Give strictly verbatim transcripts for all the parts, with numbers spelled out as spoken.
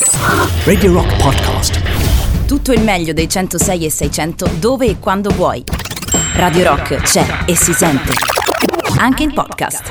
Radio Rock Podcast. Tutto il meglio dei centosei e seicento dove e quando vuoi. Radio Rock c'è e si sente anche in podcast.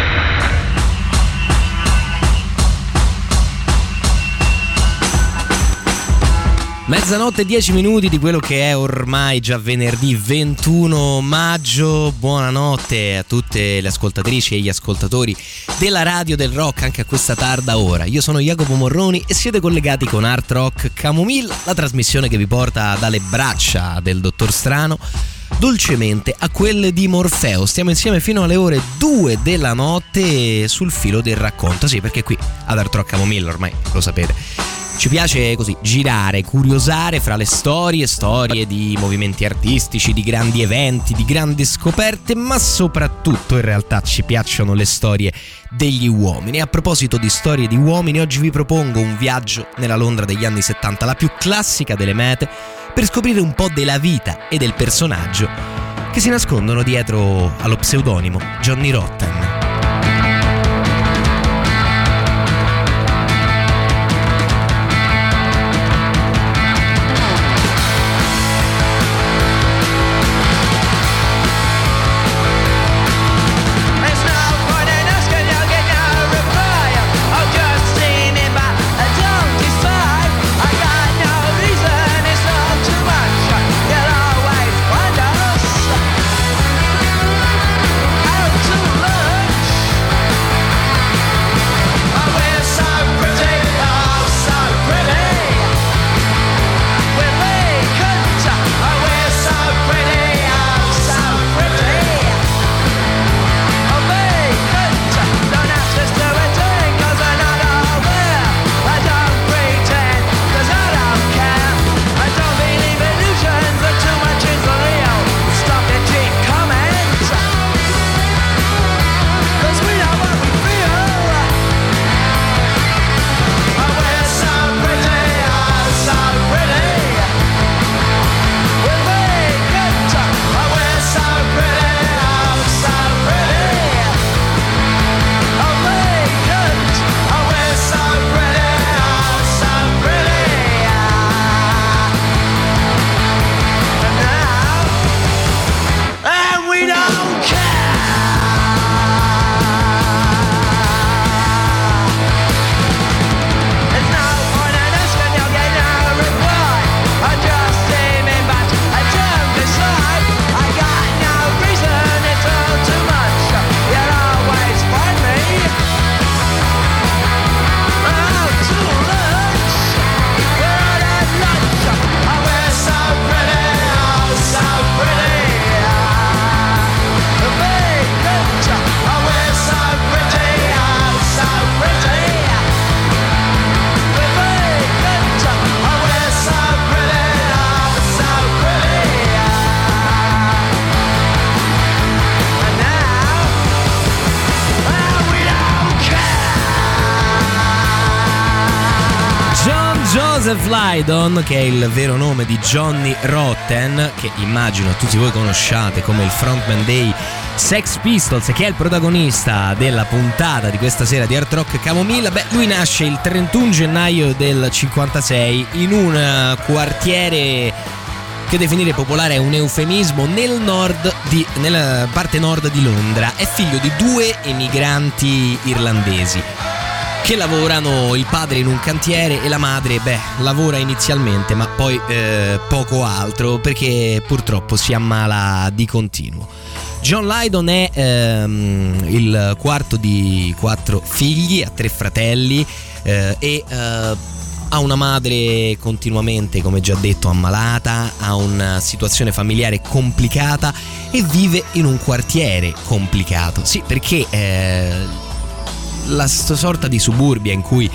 Mezzanotte e dieci minuti di quello che è ormai già venerdì ventuno maggio. Buonanotte a tutte le ascoltatrici e gli ascoltatori della radio del rock anche a questa tarda ora. Io sono Jacopo Morroni e siete collegati con Art Rock Camomilla, la trasmissione che vi porta dalle braccia del Dottor Strano dolcemente a quelle di Morfeo. Stiamo insieme fino alle ore due della notte sul filo del racconto. Sì, perché qui ad Art Rock Camomilla ormai lo sapete, ci piace così girare, curiosare fra le storie, storie di movimenti artistici, di grandi eventi, di grandi scoperte, ma soprattutto in realtà ci piacciono le storie degli uomini. E a proposito di storie di uomini, oggi vi propongo un viaggio nella Londra degli anni settanta, la più classica delle mete, per scoprire un po' della vita e del personaggio che si nascondono dietro allo pseudonimo Johnny Rotten. Joseph Lydon, che è il vero nome di Johnny Rotten, che immagino tutti voi conosciate come il frontman dei Sex Pistols, che è il protagonista della puntata di questa sera di Art Rock Camomilla. Beh, lui nasce il trentuno gennaio del cinquantasei in un quartiere che definire popolare è un eufemismo, nel nord di, nella parte nord di Londra. È figlio di due emigranti irlandesi che lavorano, il padre in un cantiere e la madre, beh, lavora inizialmente ma poi eh, poco altro, perché purtroppo si ammala di continuo. John Lydon è ehm, il quarto di quattro figli, ha tre fratelli eh, e eh, ha una madre continuamente, come già detto, ammalata, ha una situazione familiare complicata e vive in un quartiere complicato. Sì, perché eh, la sorta di suburbia in cui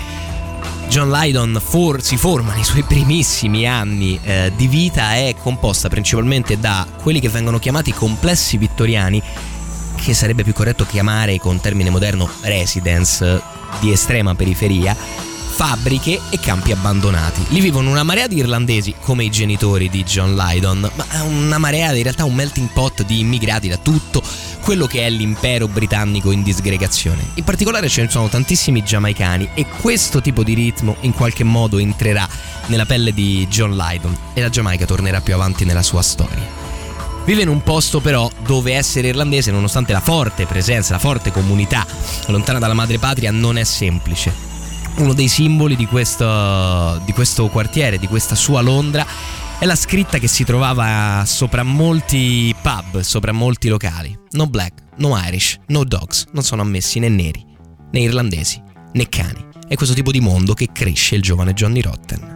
John Lydon for- si forma nei suoi primissimi anni eh, di vita è composta principalmente da quelli che vengono chiamati complessi vittoriani, che sarebbe più corretto chiamare con termine moderno residence, di estrema periferia, fabbriche e campi abbandonati. Lì vivono una marea di irlandesi come i genitori di John Lydon, ma è una marea, in realtà un melting pot di immigrati da tutto quello che è l'impero britannico in disgregazione. In particolare ce ne sono tantissimi giamaicani e questo tipo di ritmo in qualche modo entrerà nella pelle di John Lydon e la Giamaica tornerà più avanti nella sua storia. Vive in un posto però dove essere irlandese, nonostante la forte presenza, la forte comunità lontana dalla madrepatria, non è semplice. Uno dei simboli di questo, di questo quartiere, di questa sua Londra, è la scritta che si trovava sopra molti pub, sopra molti locali. No black, no Irish, no dogs. Non sono ammessi né neri, né irlandesi, né cani. È questo tipo di mondo che cresce il giovane Johnny Rotten.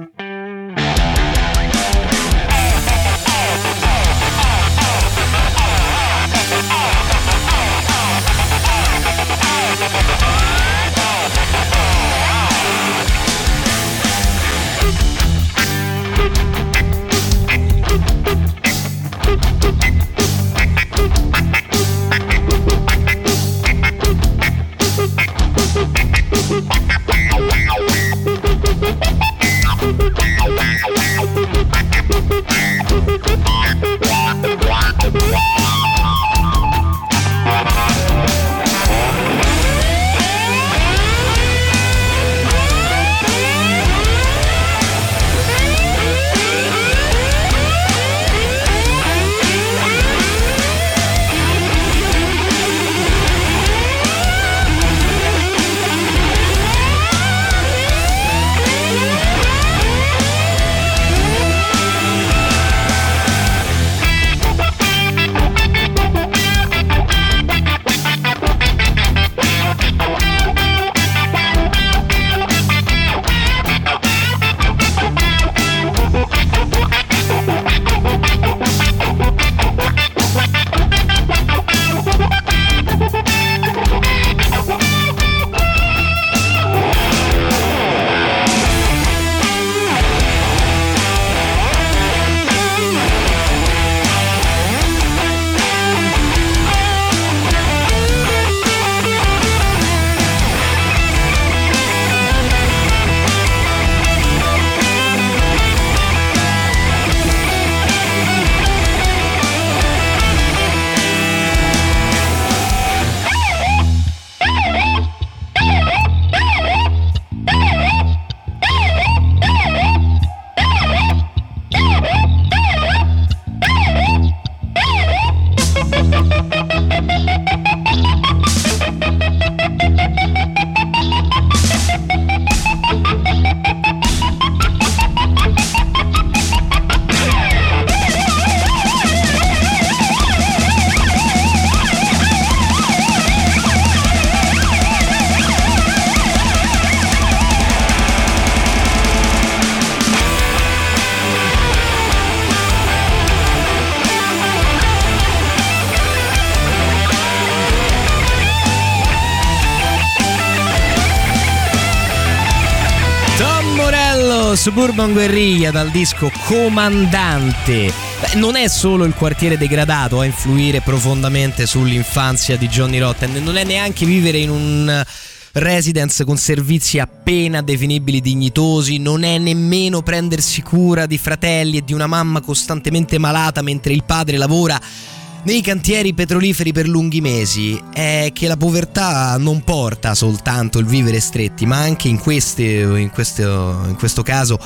Suburban Guerriglia dal disco Comandante. Beh, non è solo il quartiere degradato a influire profondamente sull'infanzia di Johnny Rotten, non è neanche vivere in un residence con servizi appena definibili dignitosi, non è nemmeno prendersi cura di fratelli e di una mamma costantemente malata mentre il padre lavora nei cantieri petroliferi per lunghi mesi. È che la povertà non porta soltanto il vivere stretti, ma anche in, queste, in, questo, in questo caso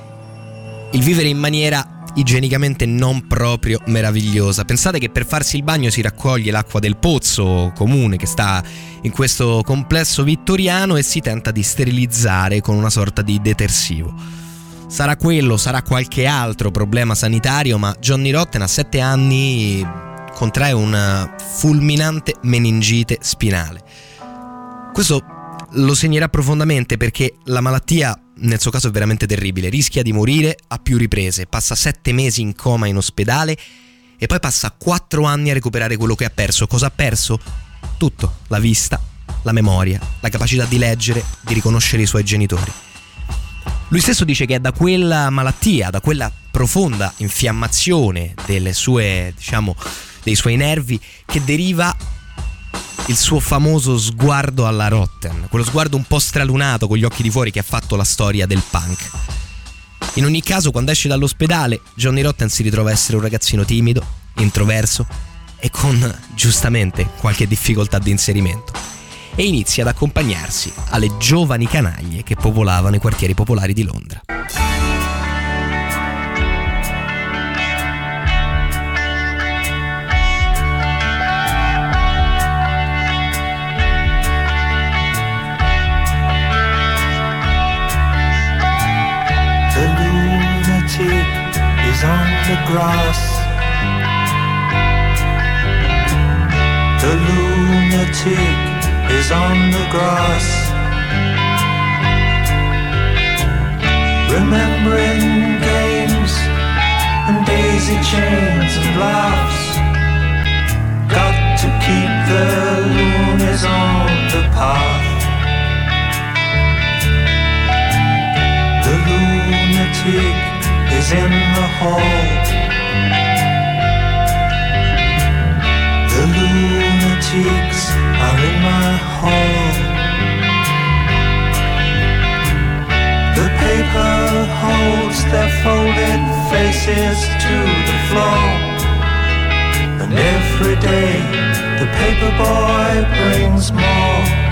il vivere in maniera igienicamente non proprio meravigliosa. Pensate che per farsi il bagno si raccoglie l'acqua del pozzo comune che sta in questo complesso vittoriano e si tenta di sterilizzare con una sorta di detersivo. Sarà quello, sarà qualche altro problema sanitario, ma Johnny Rotten a sette anni contrae una fulminante meningite spinale. Questo lo segnerà profondamente perché la malattia nel suo caso è veramente terribile, rischia di morire a più riprese, passa sette mesi in coma in ospedale e poi passa quattro anni a recuperare quello che ha perso. Cosa ha perso? Tutto, la vista, la memoria, la capacità di leggere, di riconoscere i suoi genitori. Lui stesso dice che è da quella malattia, da quella profonda infiammazione delle sue, diciamo, dei suoi nervi che deriva il suo famoso sguardo alla Rotten, quello sguardo un po' stralunato con gli occhi di fuori che ha fatto la storia del punk. In ogni caso, quando esce dall'ospedale, Johnny Rotten si ritrova a essere un ragazzino timido, introverso e con, giustamente, qualche difficoltà di inserimento, e inizia ad accompagnarsi alle giovani canaglie che popolavano i quartieri popolari di Londra. Is on the grass. The lunatic is on the grass, remembering games and daisy chains and laughs. Got to keep the loonies on the path. The lunatic is in the hall. The lunatics are in my hall. The paper holds their folded faces to the floor, and every day the paper boy brings more.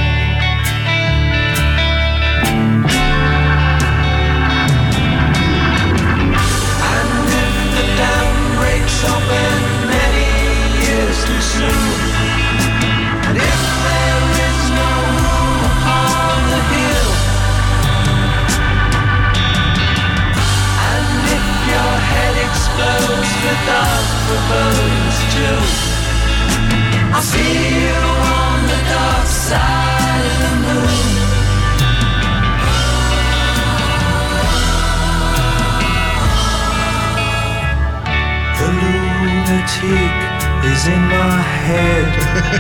Open many years too soon, and if there is no room upon the hill, and if your head explodes without forebodings too, I'll see you on the dark side of the moon. The lunatic is in my head.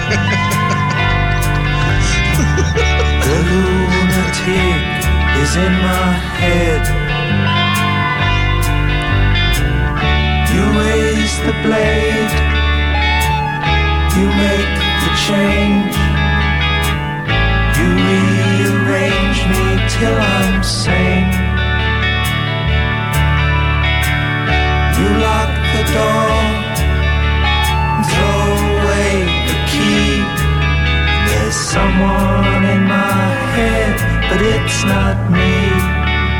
The lunatic is in my head. You raise the blade, you make the change, you rearrange me till I'm sane. You lock the door and throw away the key. There's someone in my head, but it's not me.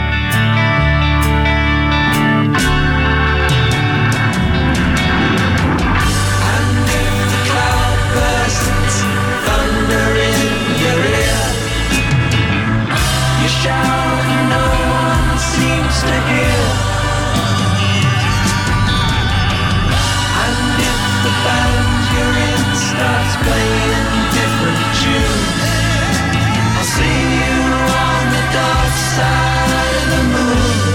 And if the cloud bursts, thunder in your ear, you shout and no one seems to hear. The band you're in starts playing different tunes, I'll see you on the dark side of the moon.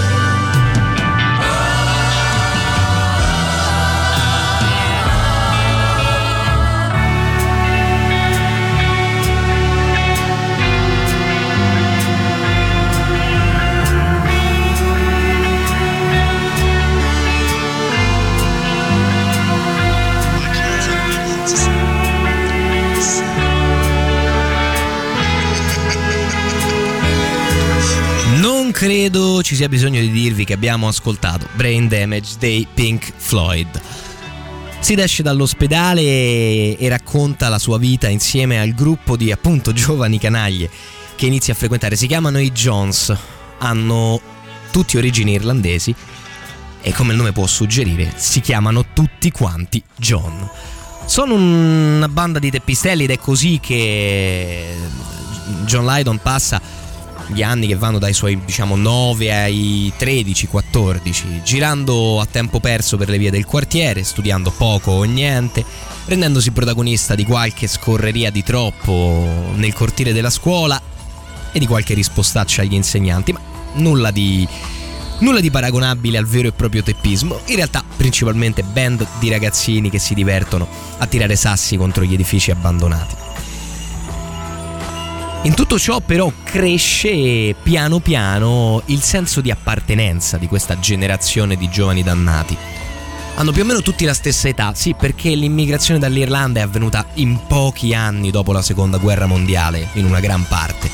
Non credo ci sia bisogno di dirvi che abbiamo ascoltato Brain Damage dei Pink Floyd. Sid esce dall'ospedale e racconta la sua vita insieme al gruppo di appunto giovani canaglie che inizia a frequentare. Si chiamano i Jones, hanno tutti origini irlandesi e, come il nome può suggerire, si chiamano tutti quanti John. Sono una banda di teppistelli ed è così che John Lydon passa gli anni che vanno dai suoi, diciamo, nove ai tredici quattordici, girando a tempo perso per le vie del quartiere, studiando poco o niente, rendendosi protagonista di qualche scorreria di troppo nel cortile della scuola e di qualche rispostaccia agli insegnanti, ma nulla di nulla di paragonabile al vero e proprio teppismo. In realtà principalmente band di ragazzini che si divertono a tirare sassi contro gli edifici abbandonati. In tutto ciò però cresce piano piano il senso di appartenenza di questa generazione di giovani dannati. Hanno più o meno tutti la stessa età, sì, perché l'immigrazione dall'Irlanda è avvenuta in pochi anni dopo la seconda guerra mondiale, in una gran parte.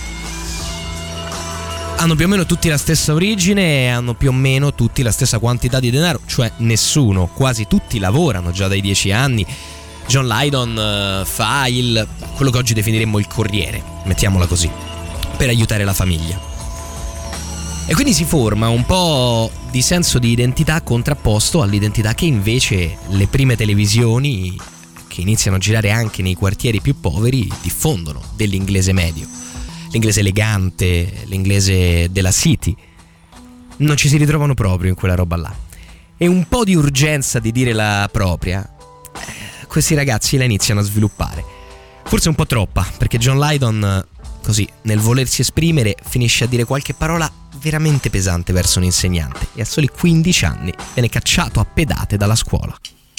Hanno più o meno tutti la stessa origine e hanno più o meno tutti la stessa quantità di denaro, cioè nessuno, quasi tutti lavorano già dai dieci anni. John Lydon uh, fa il quello che oggi definiremmo il corriere, mettiamola così, per aiutare la famiglia. E quindi si forma un po' di senso di identità contrapposto all'identità che invece le prime televisioni, che iniziano a girare anche nei quartieri più poveri, diffondono dell'inglese medio. L'inglese elegante, l'inglese della city. Non ci si ritrovano proprio in quella roba là. E un po' di urgenza di dire la propria, questi ragazzi la iniziano a sviluppare. Forse un po' troppa, perché John Lydon, così, nel volersi esprimere, finisce a dire qualche parola veramente pesante verso un insegnante e a soli quindici anni viene cacciato a pedate dalla scuola.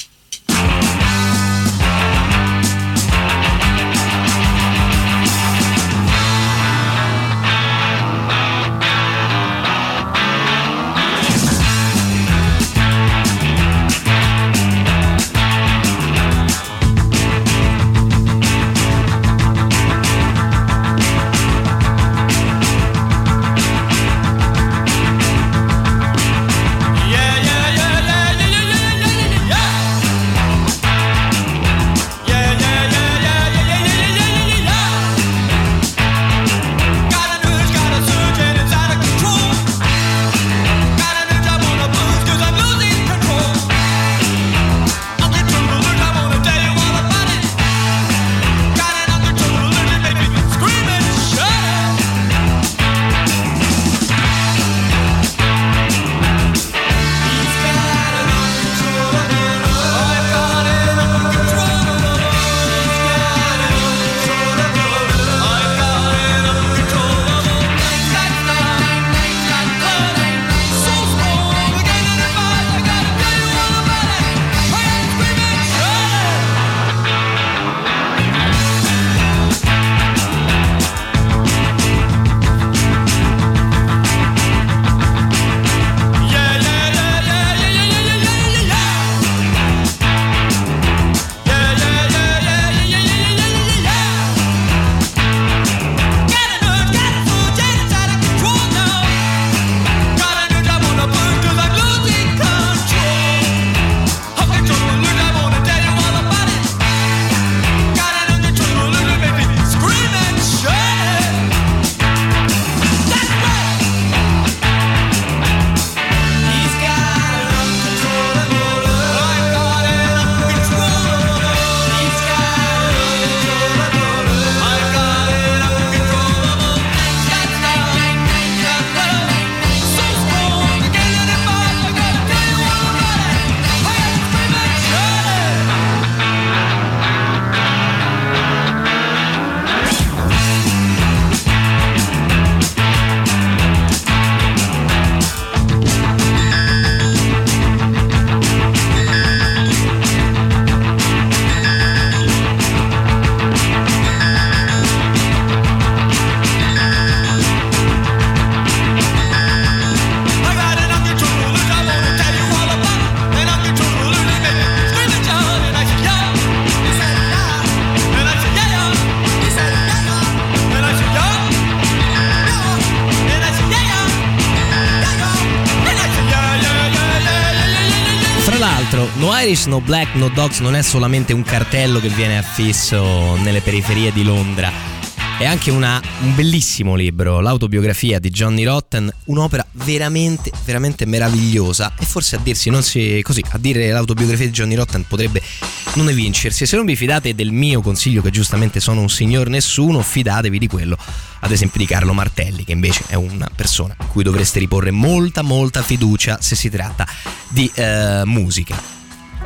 No Irish, No Black, No Dogs non è solamente un cartello che viene affisso nelle periferie di Londra, è anche una, un bellissimo libro, l'autobiografia di Johnny Rotten, un'opera veramente, veramente meravigliosa. E forse a dirsi, non si, così, a dire l'autobiografia di Johnny Rotten potrebbe non evincersi. E se non vi fidate del mio consiglio, che giustamente sono un signor nessuno, fidatevi di quello, ad esempio, di Carlo Martelli, che invece è una persona a cui dovreste riporre molta, molta fiducia se si tratta di uh, musica.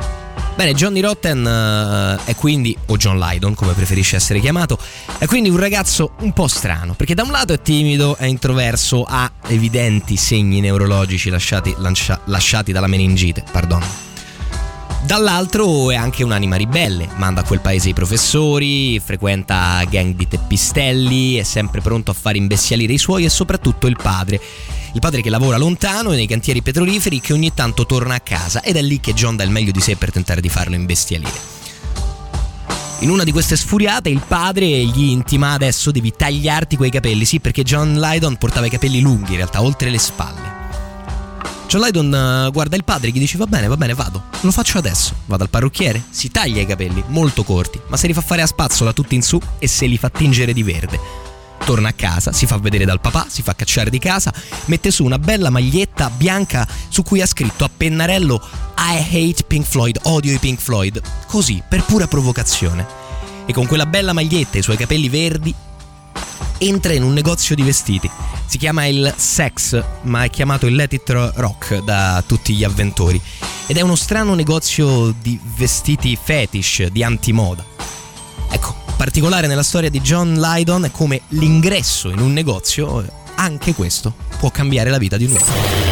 Bene, Johnny Rotten uh, è quindi, o John Lydon come preferisce essere chiamato, è quindi un ragazzo un po' strano, perché da un lato è timido, è introverso, ha evidenti segni neurologici lasciati, lancia, lasciati dalla meningite, pardon. Dall'altro è anche un'anima ribelle, manda a quel paese i professori, frequenta gang di teppistelli, è sempre pronto a far imbestialire i suoi e soprattutto il padre, Il padre che lavora lontano nei cantieri petroliferi, che ogni tanto torna a casa, ed è lì che John dà il meglio di sé per tentare di farlo imbestialire. In una di queste sfuriate il padre gli intima: adesso devi tagliarti quei capelli. Sì, perché John Lydon portava i capelli lunghi in realtà, oltre le spalle. John Lydon guarda il padre e gli dice: va bene, va bene, vado, lo faccio adesso. Va dal parrucchiere, si taglia i capelli, molto corti, ma se li fa fare a spazzola tutti in su e se li fa tingere di verde. Torna a casa, si fa vedere dal papà, si fa cacciare di casa, mette su una bella maglietta bianca su cui ha scritto a pennarello I hate Pink Floyd, odio i Pink Floyd, così, per pura provocazione. E con quella bella maglietta e i suoi capelli verdi entra in un negozio di vestiti. Si chiama il Sex, ma è chiamato il Let It Rock da tutti gli avventori. Ed è uno strano negozio di vestiti fetish, di antimoda. Ecco, particolare nella storia di John Lydon è come l'ingresso in un negozio, anche questo, può cambiare la vita di un uomo.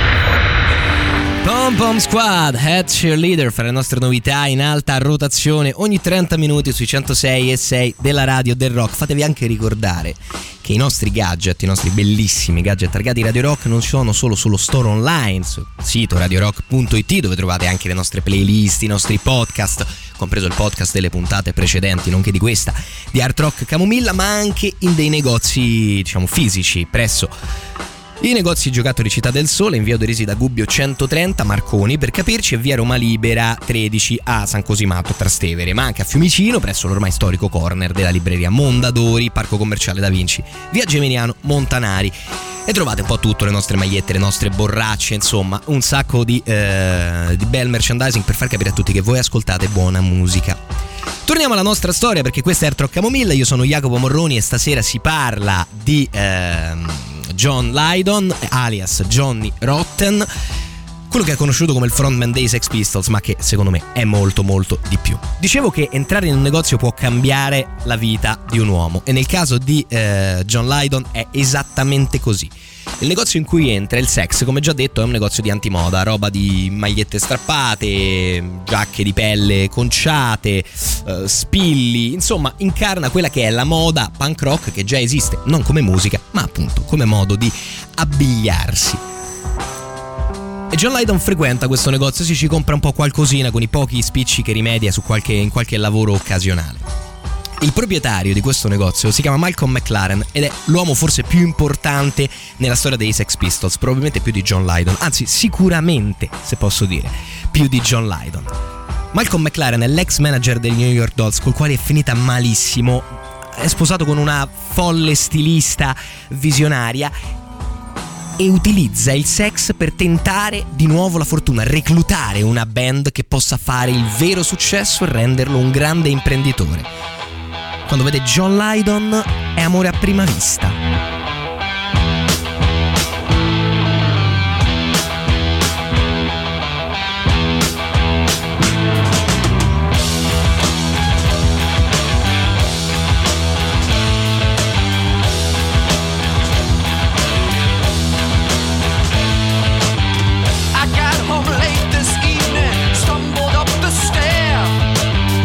Pom Pom Squad, Head Cheerleader, fra le nostre novità in alta rotazione ogni trenta minuti sui centosei e sei della radio del rock. Fatevi anche ricordare che i nostri gadget, i nostri bellissimi gadget targati Radio Rock non sono solo sullo store online, sul sito radio rock punto it, dove trovate anche le nostre playlist, i nostri podcast, compreso il podcast delle puntate precedenti, nonché di questa, di Art Rock Camomilla, ma anche in dei negozi, diciamo, fisici, presso i negozi giocattoli Città del Sole, in via Oderisi da Gubbio centotrenta, Marconi per capirci, e via Roma Libera tredici a San Cosimato Trastevere, ma anche a Fiumicino presso l'ormai storico corner della libreria Mondadori, Parco Commerciale Da Vinci, via Geminiano Montanari. E trovate un po' tutto, le nostre magliette, le nostre borracce, insomma un sacco di, eh, di bel merchandising per far capire a tutti che voi ascoltate buona musica. Torniamo alla nostra storia, perché questa è Art Rock Camomilla, io sono Jacopo Morroni e stasera si parla di ehm, John Lydon, alias Johnny Rotten, quello che è conosciuto come il frontman dei Sex Pistols, ma che secondo me è molto molto di più. Dicevo che entrare in un negozio può cambiare la vita di un uomo, e nel caso di eh, John Lydon è esattamente così. Il negozio in cui entra, il Sex, come già detto, è un negozio di antimoda, roba di magliette strappate, giacche di pelle conciate, eh, spilli, insomma incarna quella che è la moda punk rock che già esiste, non come musica, ma appunto come modo di abbigliarsi. E John Lydon frequenta questo negozio, si ci compra un po' qualcosina con i pochi spicci che rimedia su qualche, in qualche lavoro occasionale. Il proprietario di questo negozio si chiama Malcolm McLaren ed è l'uomo forse più importante nella storia dei Sex Pistols, probabilmente più di John Lydon, anzi sicuramente, se posso dire, più di John Lydon. Malcolm McLaren è l'ex manager dei New York Dolls, col quale è finita malissimo, è sposato con una folle stilista visionaria e utilizza il sex per tentare di nuovo la fortuna, reclutare una band che possa fare il vero successo e renderlo un grande imprenditore. Quando vede John Lydon è amore a prima vista.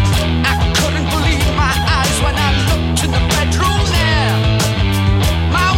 My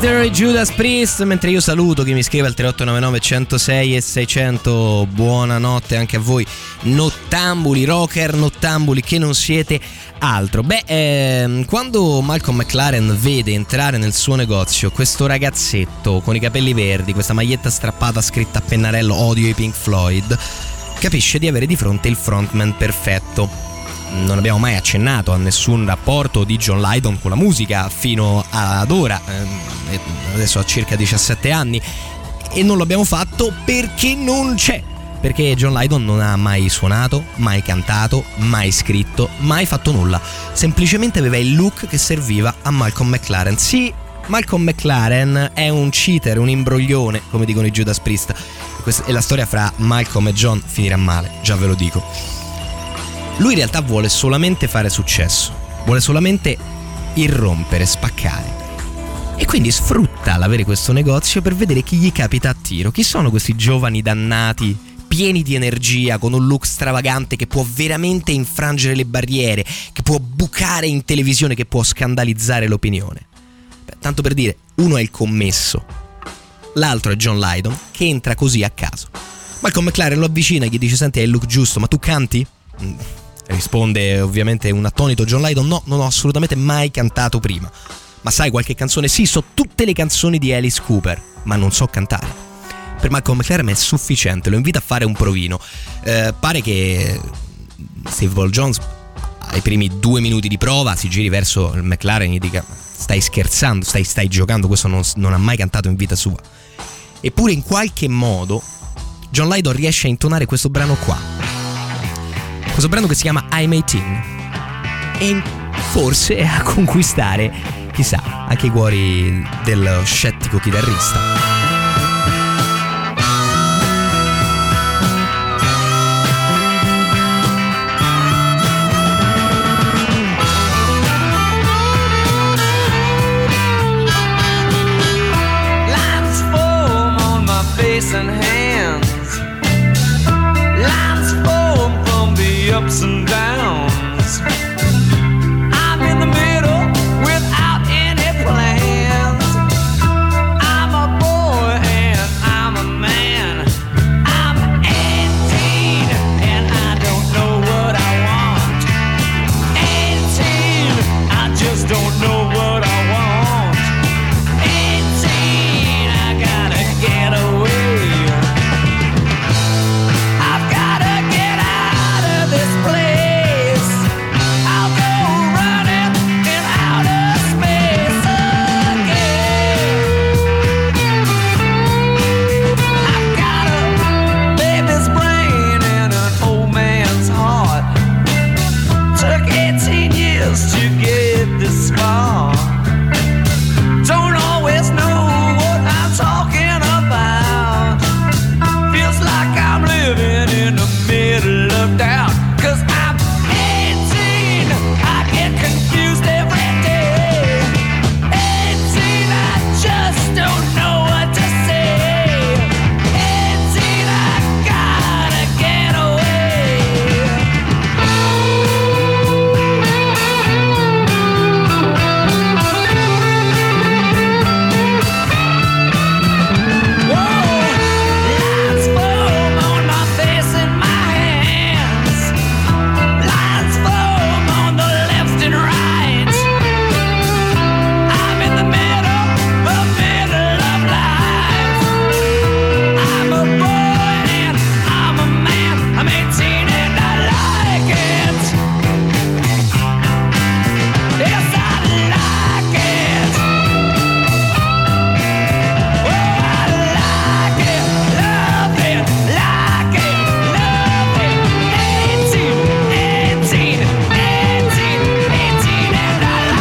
Peter Judas Priest, mentre io saluto chi mi scrive al tre otto nove nove uno zero sei e seicento. Buonanotte anche a voi nottambuli, rocker nottambuli che non siete altro. Beh, ehm, quando Malcolm McLaren vede entrare nel suo negozio questo ragazzetto con i capelli verdi, questa maglietta strappata scritta a pennarello "Odio i Pink Floyd", capisce di avere di fronte il frontman perfetto. Non abbiamo mai accennato a nessun rapporto di John Lydon con la musica fino ad ora, eh, adesso ha circa diciassette anni, e non l'abbiamo fatto perché non c'è, perché John Lydon non ha mai suonato, mai cantato, mai scritto, mai fatto nulla, semplicemente aveva il look che serviva a Malcolm McLaren. Sì, Malcolm McLaren è un cheater, un imbroglione, come dicono i Judas Priest, e la storia fra Malcolm e John finirà male, già ve lo dico. Lui in realtà vuole solamente fare successo, vuole solamente irrompere, spaccare, e quindi sfrutta l'avere questo negozio per vedere chi gli capita a tiro. Chi sono questi giovani dannati, pieni di energia, con un look stravagante che può veramente infrangere le barriere, che può bucare in televisione, che può scandalizzare l'opinione? Beh, tanto per dire, uno è il commesso, l'altro è John Lydon, che entra così a caso. Malcolm McLaren lo avvicina e gli dice: senti, hai il look giusto, ma tu canti? Mm. Risponde ovviamente un attonito John Lydon: no, non ho assolutamente mai cantato prima. Ma sai qualche canzone? Sì, so tutte le canzoni di Alice Cooper, ma non so cantare. Per Malcolm McLaren è sufficiente, lo invita a fare un provino. Eh, pare che Steve Paul Jones ai primi due minuti di prova si giri verso il McLaren e gli dica: stai scherzando, stai, stai giocando, questo non, non ha mai cantato in vita sua. Eppure in qualche modo John Lydon riesce a intonare questo brano qua, questo brano che si chiama I'm eighteen, e forse a conquistare, chissà, anche i cuori dello scettico chitarrista. Lines foam on my face and hands. Lines foam from the ups and downs. I'm in the middle without any plans. I'm a boy and I'm a man. I'm eighteen and I don't know what I want. eighteen, I just don't know what I want. eighteen, I gotta get away. I've gotta get out of this place. I'll go running in outer space again. I've got a baby's brain and an old man's heart. Took eighteen years to get this far. Don't always know what I'm talking about. Feels like I'm living in the middle of doubt. Cause I'm eighteen, I get confused every day. eighteen, I just don't know what to say. eighteen, I gotta get away. Whoa, lines foam on my face and my hands. Lines foam on the left and right. I'm in the middle, the middle of life. I'm a boy and I'm a man. I'm eighteen and I like it. Yes, I like it. Oh, I like it, love it, like it, love it. eighteen, eighteen, eighteen, eighteen and I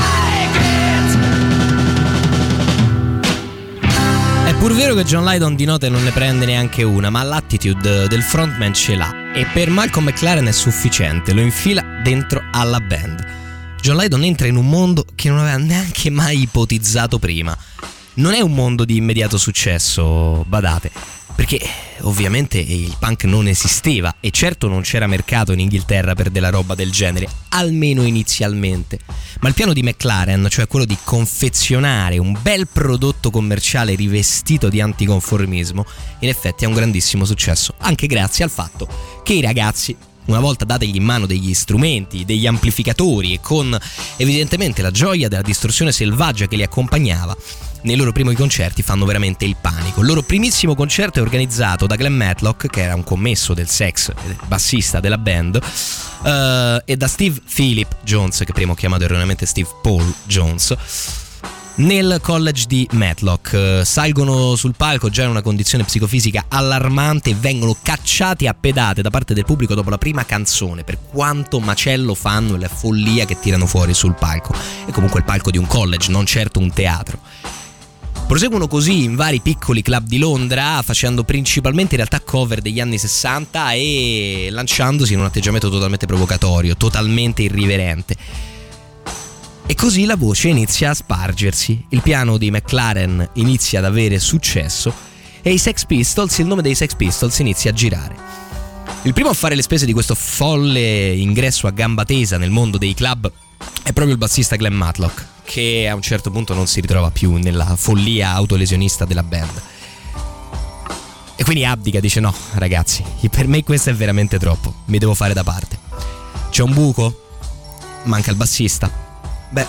like it. È pur vero che John Lydon di note non ne prende neanche una, ma l'attitude del frontman ce l'ha, e per Malcolm McLaren è sufficiente, lo infila dentro alla band. John Lydon entra in un mondo che non aveva neanche mai ipotizzato prima. non è un mondo di immediato successo, badate, perché ovviamente il punk non esisteva e certo non c'era mercato in Inghilterra per della roba del genere, almeno inizialmente. Ma il piano di McLaren, cioè quello di confezionare un bel prodotto commerciale rivestito di anticonformismo, in effetti è un grandissimo successo, anche grazie al fatto che i ragazzi, una volta dategli in mano degli strumenti, degli amplificatori e con evidentemente la gioia della distorsione selvaggia che li accompagnava, nei loro primi concerti fanno veramente il panico. Il loro primissimo concerto è organizzato da Glenn Matlock, che era un commesso del Sex, bassista della band, uh, e da Steve Philip Jones, che prima ho chiamato erroneamente Steve Paul Jones, nel college di Matlock. Uh, salgono sul palco già in una condizione psicofisica allarmante e vengono cacciati a pedate da parte del pubblico dopo la prima canzone, per quanto macello fanno e la follia che tirano fuori sul palco. È comunque il palco di un college, non certo un teatro. Proseguono così in vari piccoli club di Londra, facendo principalmente in realtà cover degli anni sessanta e lanciandosi in un atteggiamento totalmente provocatorio, totalmente irriverente. E così la voce inizia a spargersi, il piano di McLaren inizia ad avere successo e i Sex Pistols, il nome dei Sex Pistols inizia a girare. Il primo a fare le spese di questo folle ingresso a gamba tesa nel mondo dei club è proprio il bassista Glenn Matlock, che a un certo punto non si ritrova più nella follia autolesionista della band. E quindi abdica, dice: no ragazzi, per me questo è veramente troppo, mi devo fare da parte. C'è un buco? Manca il bassista? Beh,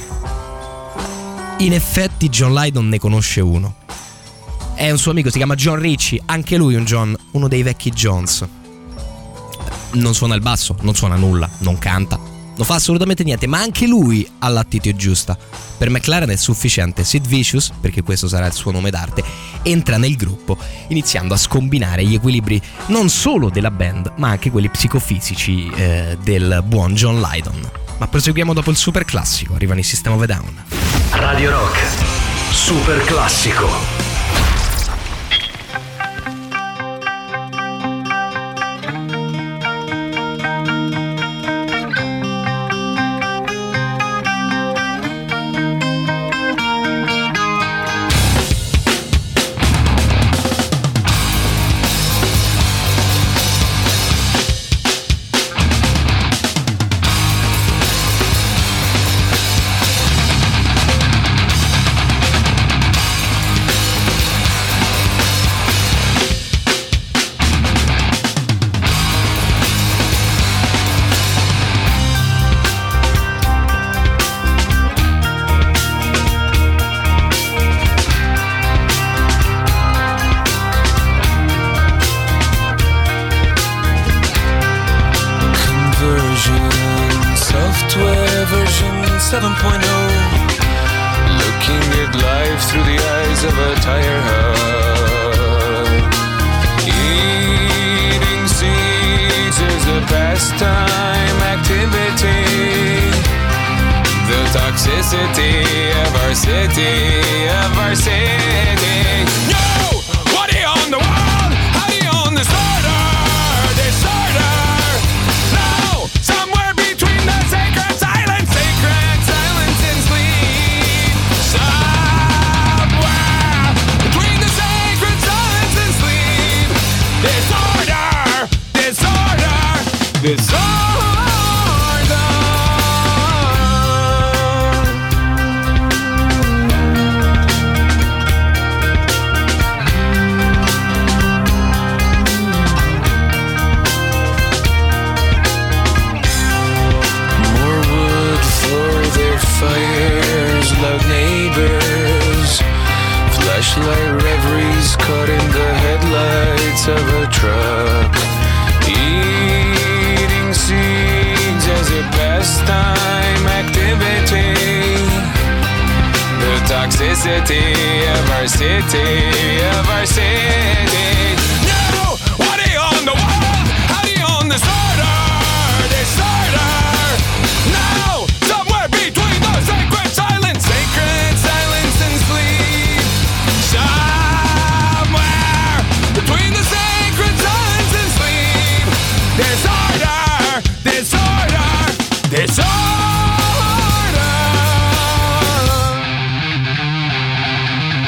in effetti John Lydon ne conosce uno. È un suo amico, si chiama John Ritchie, anche lui un John, uno dei vecchi Jones. Non suona il basso, non suona nulla, non canta, non fa assolutamente niente, ma anche lui ha l'attitudine giusta. Per McLaren è sufficiente. Sid Vicious, perché questo sarà il suo nome d'arte, entra nel gruppo iniziando a scombinare gli equilibri non solo della band ma anche quelli psicofisici eh, del buon John Lydon. Ma proseguiamo dopo il super classico, arrivano i System of a Down. Radio Rock Super Classico. seven point oh, looking at life through the eyes of a tire hub. Eating seeds is a pastime activity. The toxicity of our city, of our city. No! What do you own the world? How do you own this order? Disorder! No! Somewhere between the sacred silence, sacred silence and sleep. Somewhere between the sacred silence and sleep. Disorder! Disorder! Disorder! Fires, loud neighbors, flashlight reveries caught in the headlights of a truck. Eating seeds as a pastime activity. The toxicity of our city, of our city. No! What do you own the world? How do you own this order? Disorder! No! Somewhere between the sacred silence, sacred silence and sleep. Somewhere between the sacred silence and sleep. Disorder, disorder, disorder.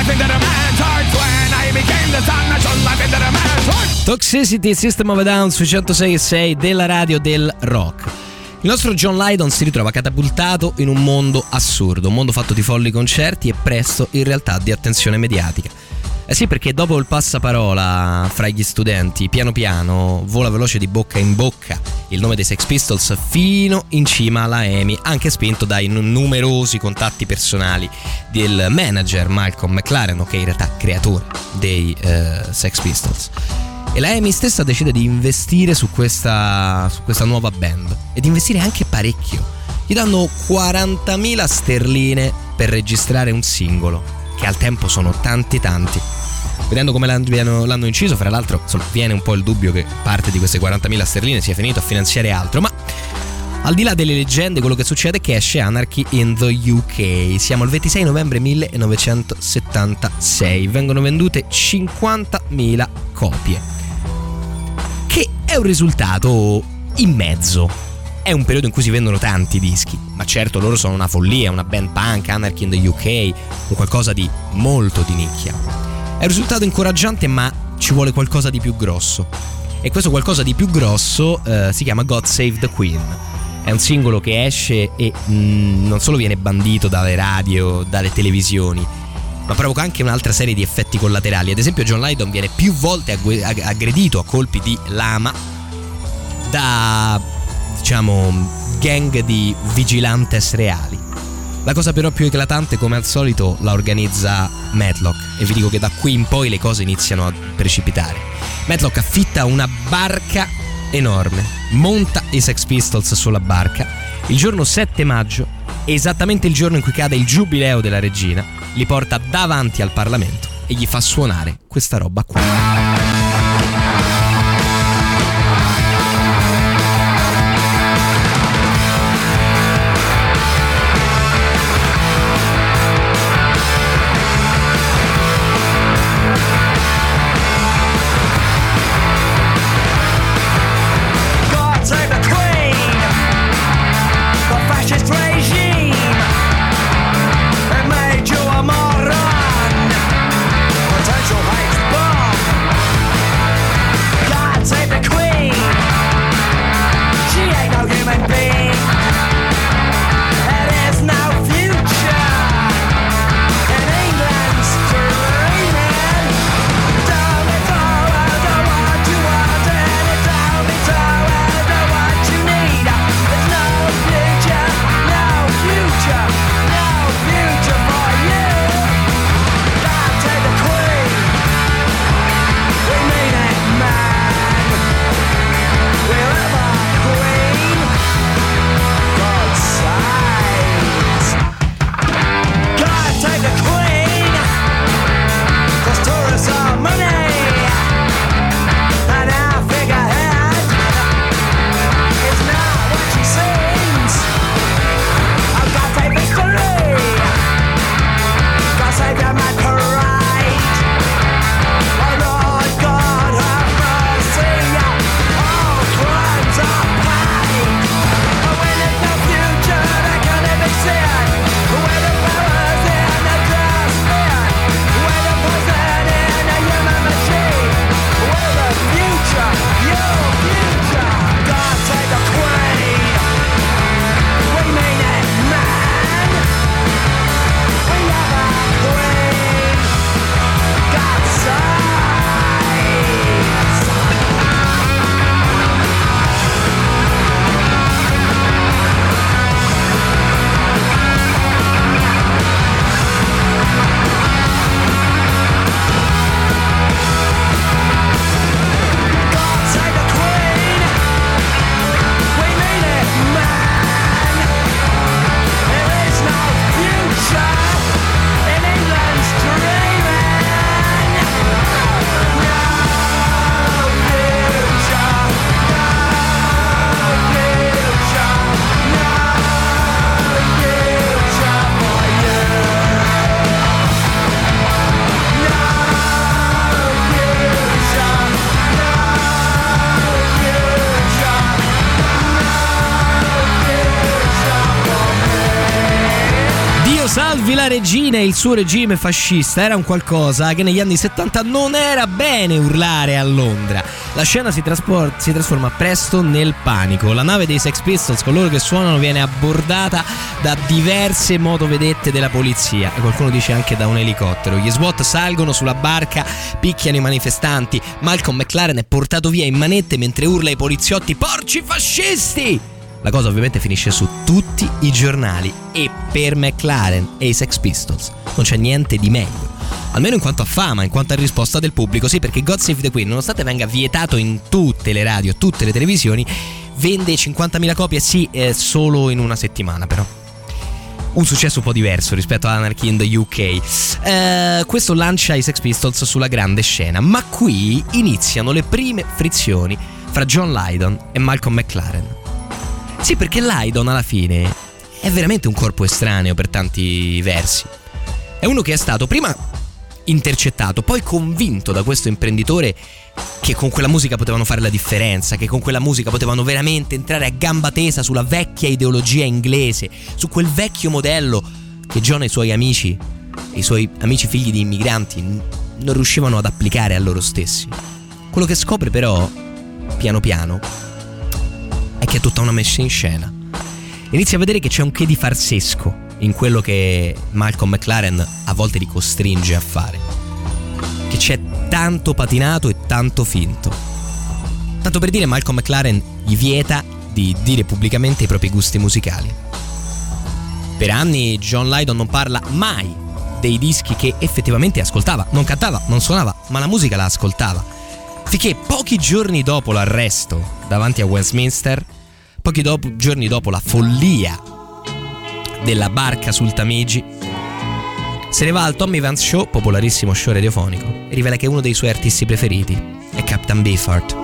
life into the man's heart. When I became the sun, I shone life into the man's heart. Toxicity, System of a Down sui centosei e sei della radio del rock. Il nostro John Lydon si ritrova catapultato in un mondo assurdo, un mondo fatto di folli concerti e presto in realtà di attenzione mediatica. Eh sì, perché dopo il passaparola fra gli studenti, piano piano vola veloce di bocca in bocca il nome dei Sex Pistols fino in cima alla EMI, anche spinto dai numerosi contatti personali del manager Malcolm McLaren, che è in realtà creatore dei eh, Sex Pistols. E la EMI stessa decide di investire su questa, su questa nuova band, e di investire anche parecchio. Gli danno quarantamila sterline per registrare un singolo, che al tempo sono tanti tanti. Vedendo come l'hanno, l'hanno inciso, fra l'altro, insomma, viene un po' il dubbio che parte di queste quarantamila sterline sia finito a finanziare altro. Ma al di là delle leggende, quello che succede è che esce Anarchy in the U K. Siamo il ventisei novembre millenovecentosettantasei. Vengono vendute cinquantamila copie, che è un risultato in mezzo. È un periodo in cui si vendono tanti dischi, ma certo loro sono una follia, una band punk, Anarchy in the U K, un qualcosa di molto di nicchia. È un risultato incoraggiante, ma ci vuole qualcosa di più grosso. E questo qualcosa di più grosso eh, si chiama God Save the Queen. È un singolo che esce e mm, non solo viene bandito dalle radio, dalle televisioni, ma provoca anche un'altra serie di effetti collaterali. Ad esempio John Lydon viene più volte aggredito a colpi di lama da, diciamo, gang di vigilantes reali. La cosa però più eclatante, come al solito, la organizza Matlock, e vi dico che da qui in poi le cose iniziano a precipitare. Matlock affitta una barca enorme, monta i Sex Pistols sulla barca il giorno sette maggio, esattamente il giorno in cui cade il giubileo della regina, li porta davanti al Parlamento e gli fa suonare questa roba qua. Potential hate bomb. la regina e il suo regime fascista era un qualcosa che negli anni settanta non era bene urlare a Londra. La scena si, traspor- si trasforma presto nel panico. La nave dei Sex Pistols con loro che suonano viene abbordata da diverse motovedette della polizia e qualcuno dice anche da un elicottero. Gli SWAT salgono sulla barca, picchiano i manifestanti. Malcolm McLaren è portato via in manette mentre urla ai poliziotti: porci fascisti! La cosa ovviamente finisce su tutti i giornali e per McLaren e i Sex Pistols non c'è niente di meglio, almeno in quanto a fama, in quanto a risposta del pubblico. Sì, perché God Save the Queen, nonostante venga vietato in tutte le radio, tutte le televisioni, vende cinquantamila copie, sì, eh, solo in una settimana però. Un successo un po' diverso rispetto ad Anarchy in the U K. Eh, questo lancia i Sex Pistols sulla grande scena, ma qui iniziano le prime frizioni fra John Lydon e Malcolm McLaren. Sì, perché Lydon alla fine è veramente un corpo estraneo per tanti versi. È uno che è stato prima intercettato, poi convinto da questo imprenditore che con quella musica potevano fare la differenza, che con quella musica potevano veramente entrare a gamba tesa sulla vecchia ideologia inglese, su quel vecchio modello che John e i suoi amici, e i suoi amici figli di immigranti, non riuscivano ad applicare a loro stessi. Quello che scopre però, piano piano, è che è tutta una messa in scena. Inizia a vedere che c'è un che di farsesco in quello che Malcolm McLaren a volte li costringe a fare, che c'è tanto patinato e tanto finto. Tanto per dire, Malcolm McLaren gli vieta di dire pubblicamente i propri gusti musicali. Per anni John Lydon non parla mai dei dischi che effettivamente ascoltava, non cantava, non suonava, ma la musica la ascoltava. Finché pochi giorni dopo l'arresto davanti a Westminster, pochi dopo, giorni dopo la follia della barca sul Tamigi, se ne va al Tommy Vance Show, popolarissimo show radiofonico, e rivela che uno dei suoi artisti preferiti è Captain Beefheart.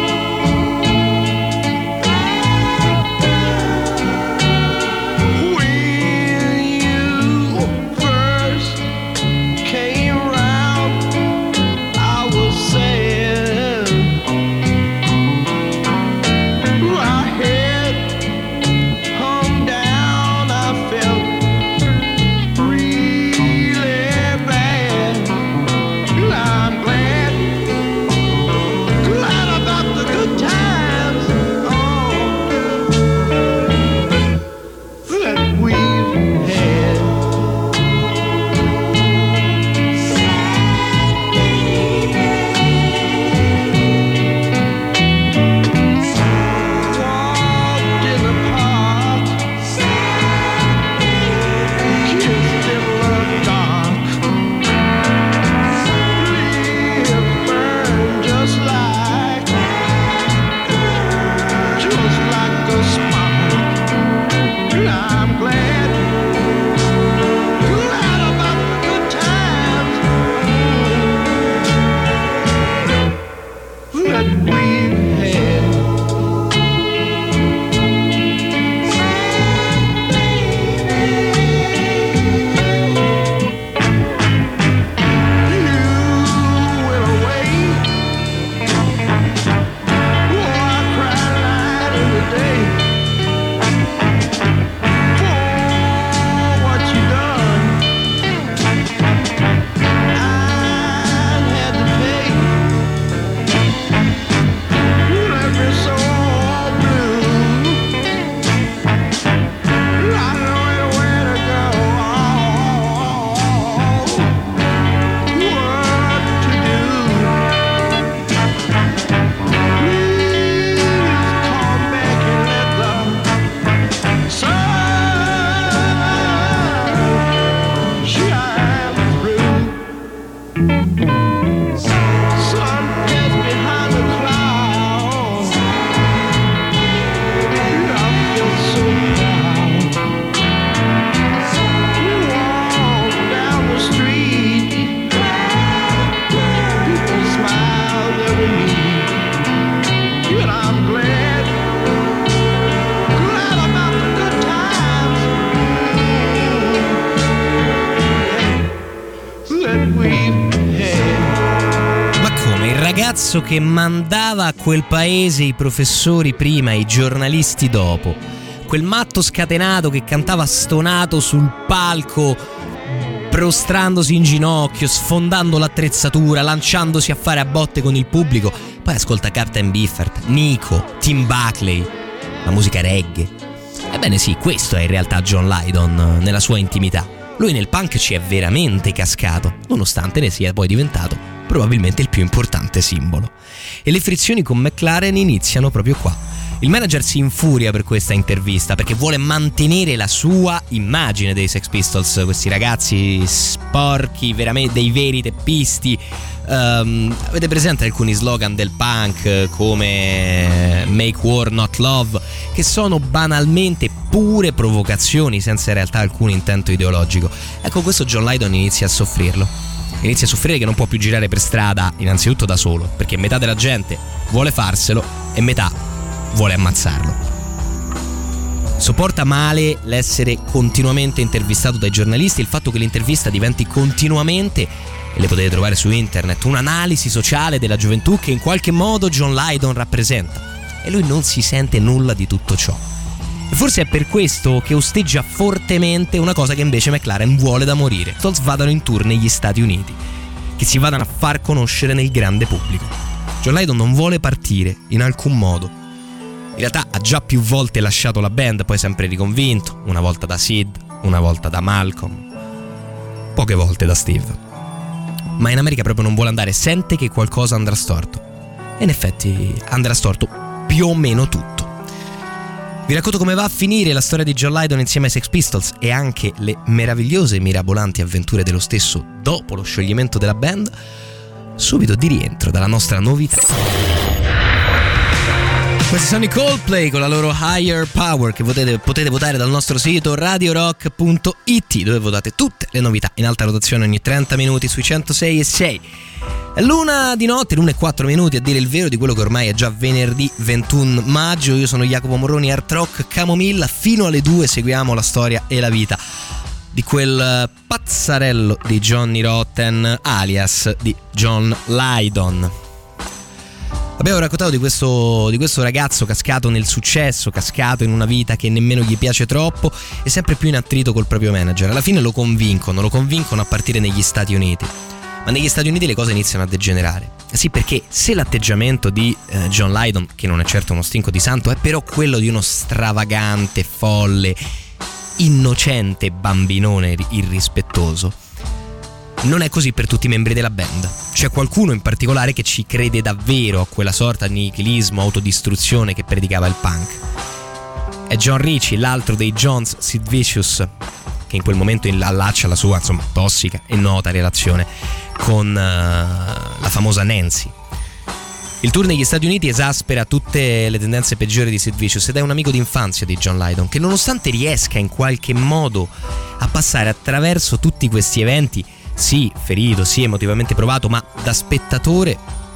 Che mandava a quel paese i professori prima, i giornalisti dopo, quel matto scatenato che cantava stonato sul palco prostrandosi in ginocchio, sfondando l'attrezzatura, lanciandosi a fare a botte con il pubblico. Poi ascolta Captain Beefheart, Nico, Tim Buckley, la musica reggae. Ebbene sì, questo è in realtà John Lydon nella sua intimità. Lui nel punk ci è veramente cascato, nonostante ne sia poi diventato probabilmente il più importante simbolo. E le frizioni con McLaren iniziano proprio qua. Il manager si infuria per questa intervista perché vuole mantenere la sua immagine dei Sex Pistols, questi ragazzi sporchi, veramente dei veri teppisti. Um, avete presente alcuni slogan del punk come Make War Not Love, che sono banalmente pure provocazioni senza in realtà alcun intento ideologico? Ecco, questo John Lydon inizia a soffrirlo. Inizia a soffrire che non può più girare per strada, innanzitutto da solo, perché metà della gente vuole farselo e metà vuole ammazzarlo. Sopporta male l'essere continuamente intervistato dai giornalisti, il fatto che l'intervista diventi continuamente, e le potete trovare su internet, un'analisi sociale della gioventù che in qualche modo John Lydon rappresenta, e lui non si sente nulla di tutto ciò. E forse è per questo che osteggia fortemente una cosa che invece McLaren vuole da morire: che vadano in tour negli Stati Uniti, che si vadano a far conoscere nel grande pubblico. John Lydon non vuole partire in alcun modo. In realtà ha già più volte lasciato la band, poi sempre riconvinto, una volta da Sid, una volta da Malcolm, poche volte da Steve. Ma in America proprio non vuole andare, sente che qualcosa andrà storto. E in effetti andrà storto più o meno tutto. Vi racconto come va a finire la storia di John Lydon insieme ai Sex Pistols e anche le meravigliose e mirabolanti avventure dello stesso dopo lo scioglimento della band, subito di rientro dalla nostra novità. Questi sono i Coldplay con la loro Higher Power, che potete, potete votare dal nostro sito radio rock punto it, dove votate tutte le novità in alta rotazione ogni trenta minuti sui centosei e sei. È l'una di notte, l'una e quattro minuti a dire il vero di quello che ormai è già venerdì ventuno maggio. Io sono Jacopo Morroni, Art Rock Camomilla. Fino alle due seguiamo la storia e la vita di quel pazzarello di Johnny Rotten, alias di John Lydon. Abbiamo raccontato di questo, di questo ragazzo cascato nel successo, cascato in una vita che nemmeno gli piace troppo e sempre più in attrito col proprio manager. Alla fine lo convincono, lo convincono a partire negli Stati Uniti. Ma negli Stati Uniti le cose iniziano a degenerare. Sì, perché se l'atteggiamento di eh, John Lydon, che non è certo uno stinco di santo, è però quello di uno stravagante, folle, innocente bambinone irrispettoso, non è così per tutti i membri della band. C'è qualcuno in particolare che ci crede davvero a quella sorta di nichilismo, autodistruzione che predicava il punk. È John Ritchie, l'altro dei Jones, Sid Vicious, che in quel momento allaccia la sua, insomma, tossica e nota relazione con uh, la famosa Nancy. Il tour negli Stati Uniti esaspera tutte le tendenze peggiori di Sid Vicious ed è un amico d'infanzia di John Lydon, che nonostante riesca in qualche modo a passare attraverso tutti questi eventi, sì, ferito, sì, emotivamente provato, ma da spettatore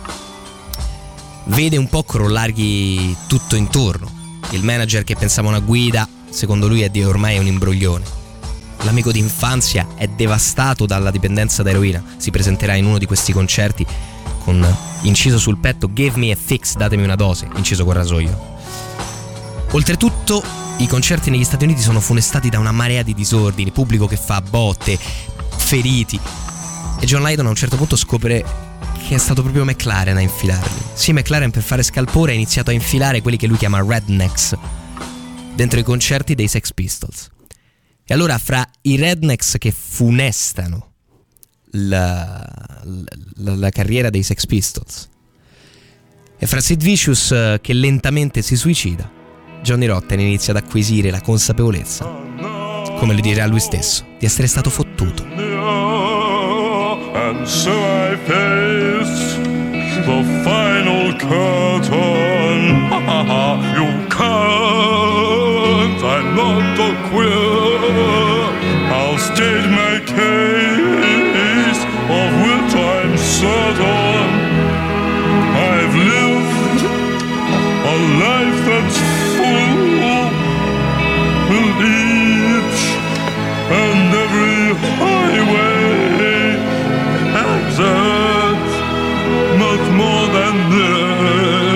vede un po' crollargli tutto intorno. Il manager che pensava una guida, secondo lui è di ormai è un imbroglione. L'amico d'infanzia è devastato dalla dipendenza da eroina. Si presenterà in uno di questi concerti con inciso sul petto "Give me a fix", datemi una dose, inciso col rasoio. Oltretutto i concerti negli Stati Uniti sono funestati da una marea di disordini, pubblico che fa botte, feriti, e John Lydon a un certo punto scopre che è stato proprio McLaren a infilarli. Sì, McLaren, per fare scalpore, ha iniziato a infilare quelli che lui chiama rednecks dentro i concerti dei Sex Pistols. E allora, fra i rednecks che funestano la, la, la carriera dei Sex Pistols e fra Sid Vicious che lentamente si suicida, Johnny Rotten inizia ad acquisire la consapevolezza, come lo dirà lui stesso, di essere stato fottuto. And so I face the final curtain. You can't, I'm not a queer. I'll state my case, of which I'm certain. I've lived a life that's full, and each and every highway exert much more than this.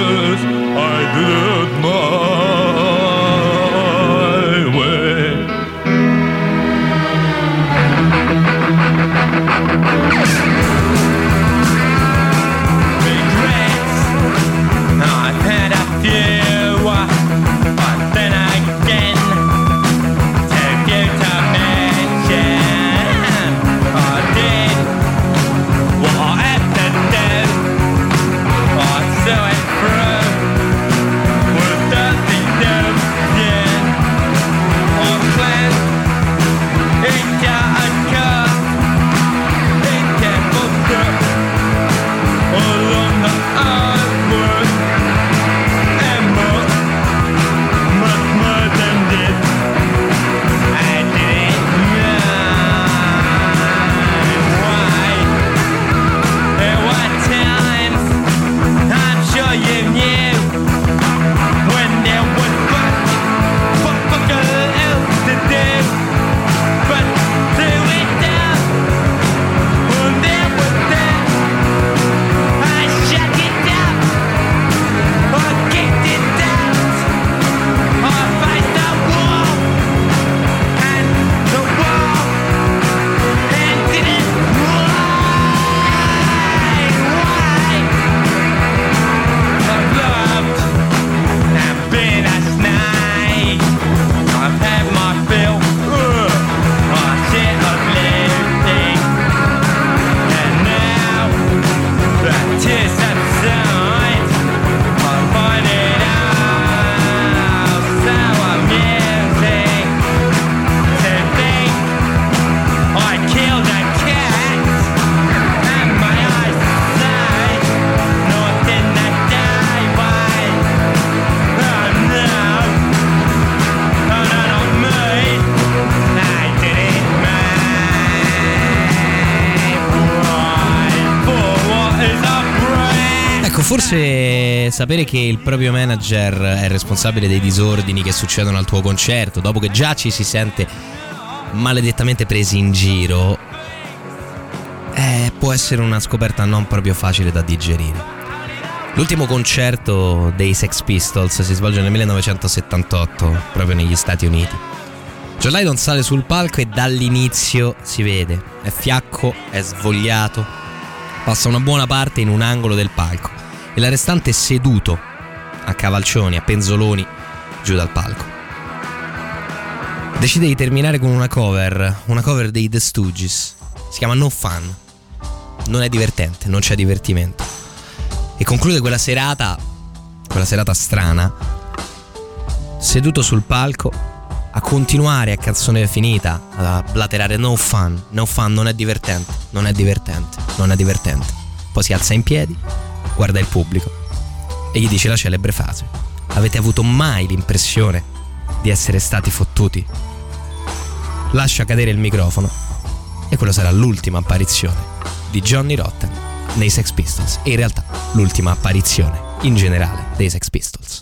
forse sapere che il proprio manager è responsabile dei disordini che succedono al tuo concerto, dopo che già ci si sente maledettamente presi in giro, eh, può essere una scoperta non proprio facile da digerire. L'ultimo concerto dei Sex Pistols si svolge nel millenovecentosettantotto, proprio negli Stati Uniti. John Lydon sale sul palco e dall'inizio si vede, è fiacco, è svogliato, passa una buona parte in un angolo del palco e la restante seduto a cavalcioni, a penzoloni giù dal palco. Decide di terminare con una cover, una cover dei The Stooges. Si chiama No Fun. Non è divertente, non c'è divertimento. E conclude quella serata, quella serata strana, seduto sul palco a continuare a canzone finita a blaterare No Fun, No Fun, non è divertente, non è divertente, non è divertente. Poi si alza in piedi, guarda il pubblico e gli dice la celebre frase: avete avuto mai l'impressione di essere stati fottuti? Lascia cadere il microfono e quello sarà l'ultima apparizione di Johnny Rotten nei Sex Pistols, e in realtà l'ultima apparizione in generale dei Sex Pistols.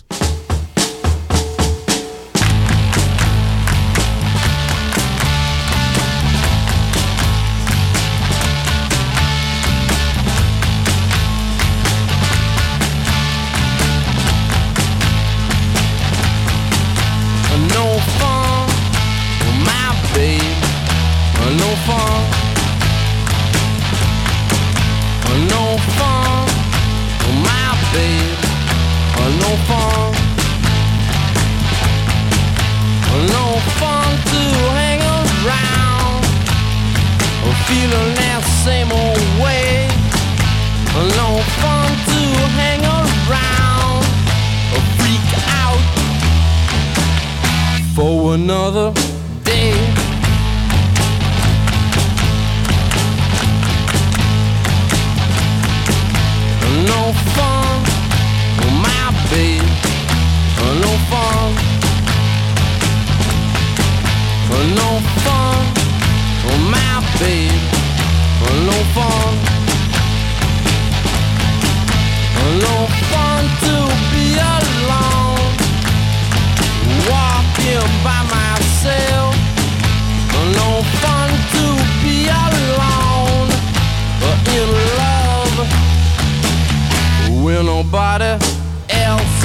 No fun, my babe. No fun, no fun, my babe. No fun, no fun to hang around, feeling that same old way. No fun to hang around, freak out for another day. No fun, my babe. No fun, no fun, my babe. No fun, no fun to be alone, walking by myself. No fun to be alone, in love with nobody else.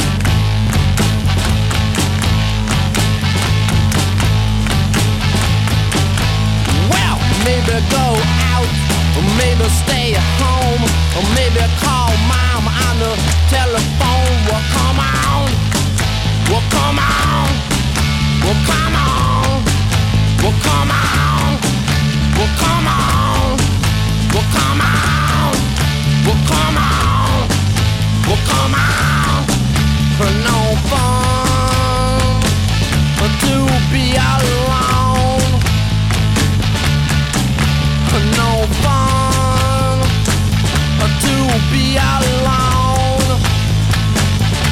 Well, maybe go out, or maybe stay at home, or maybe call mom on the telephone. Well, come on, well, come on, well, come on, well, come on, well, come on, well, come on, well, come on, well, come on. No fun to be alone. No fun to be alone.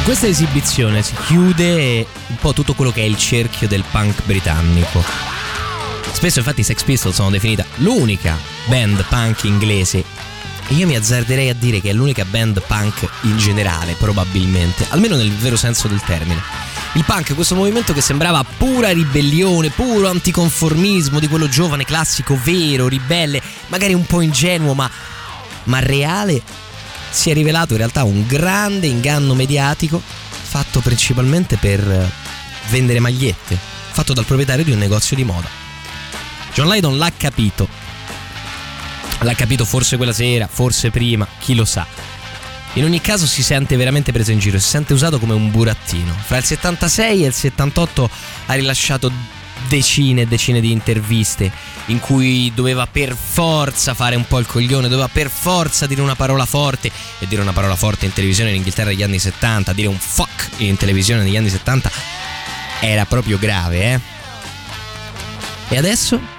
Con questa esibizione si chiude un po' tutto quello che è il cerchio del punk britannico. Spesso infatti i Sex Pistols sono definita l'unica band punk inglese, e io mi azzarderei a dire che è l'unica band punk in generale, probabilmente, almeno nel vero senso del termine. Il punk, questo movimento che sembrava pura ribellione, puro anticonformismo di quello giovane classico vero, ribelle, magari un po' ingenuo ma, ma reale, si è rivelato in realtà un grande inganno mediatico fatto principalmente per vendere magliette, fatto dal proprietario di un negozio di moda. John Lydon l'ha capito, l'ha capito forse quella sera, forse prima, chi lo sa. In ogni caso si sente veramente preso in giro, si sente usato come un burattino. Fra il settantasei e il settantotto ha rilasciato decine e decine di interviste in cui doveva per forza fare un po' il coglione, doveva per forza dire una parola forte, e dire una parola forte in televisione in Inghilterra negli anni settanta, dire un fuck in televisione negli anni settanta era proprio grave, eh? E adesso?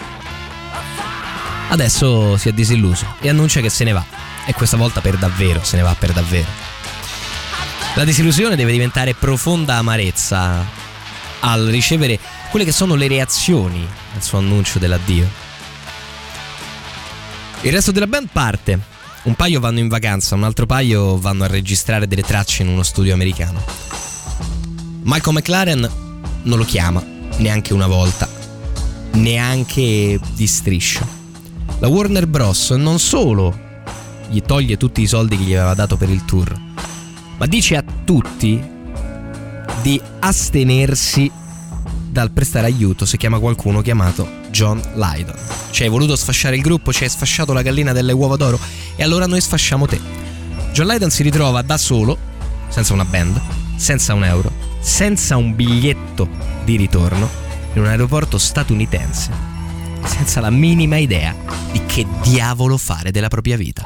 Adesso si è disilluso e annuncia che se ne va, e questa volta per davvero, se ne va per davvero. La disillusione deve diventare profonda amarezza al ricevere quelle che sono le reazioni al suo annuncio dell'addio. Il resto della band parte. Un paio vanno in vacanza, un altro paio vanno a registrare delle tracce in uno studio americano. Malcolm McLaren non lo chiama neanche una volta, neanche di striscio. La Warner Bros. Non solo gli toglie tutti i soldi che gli aveva dato per il tour, ma dice a tutti di astenersi dal prestare aiuto se chiama qualcuno chiamato John Lydon. Ci hai voluto sfasciare il gruppo, ci hai sfasciato la gallina delle uova d'oro, e allora noi sfasciamo te. John Lydon si ritrova da solo, senza una band, senza un euro, senza un biglietto di ritorno, in un aeroporto statunitense, senza la minima idea di che diavolo fare della propria vita.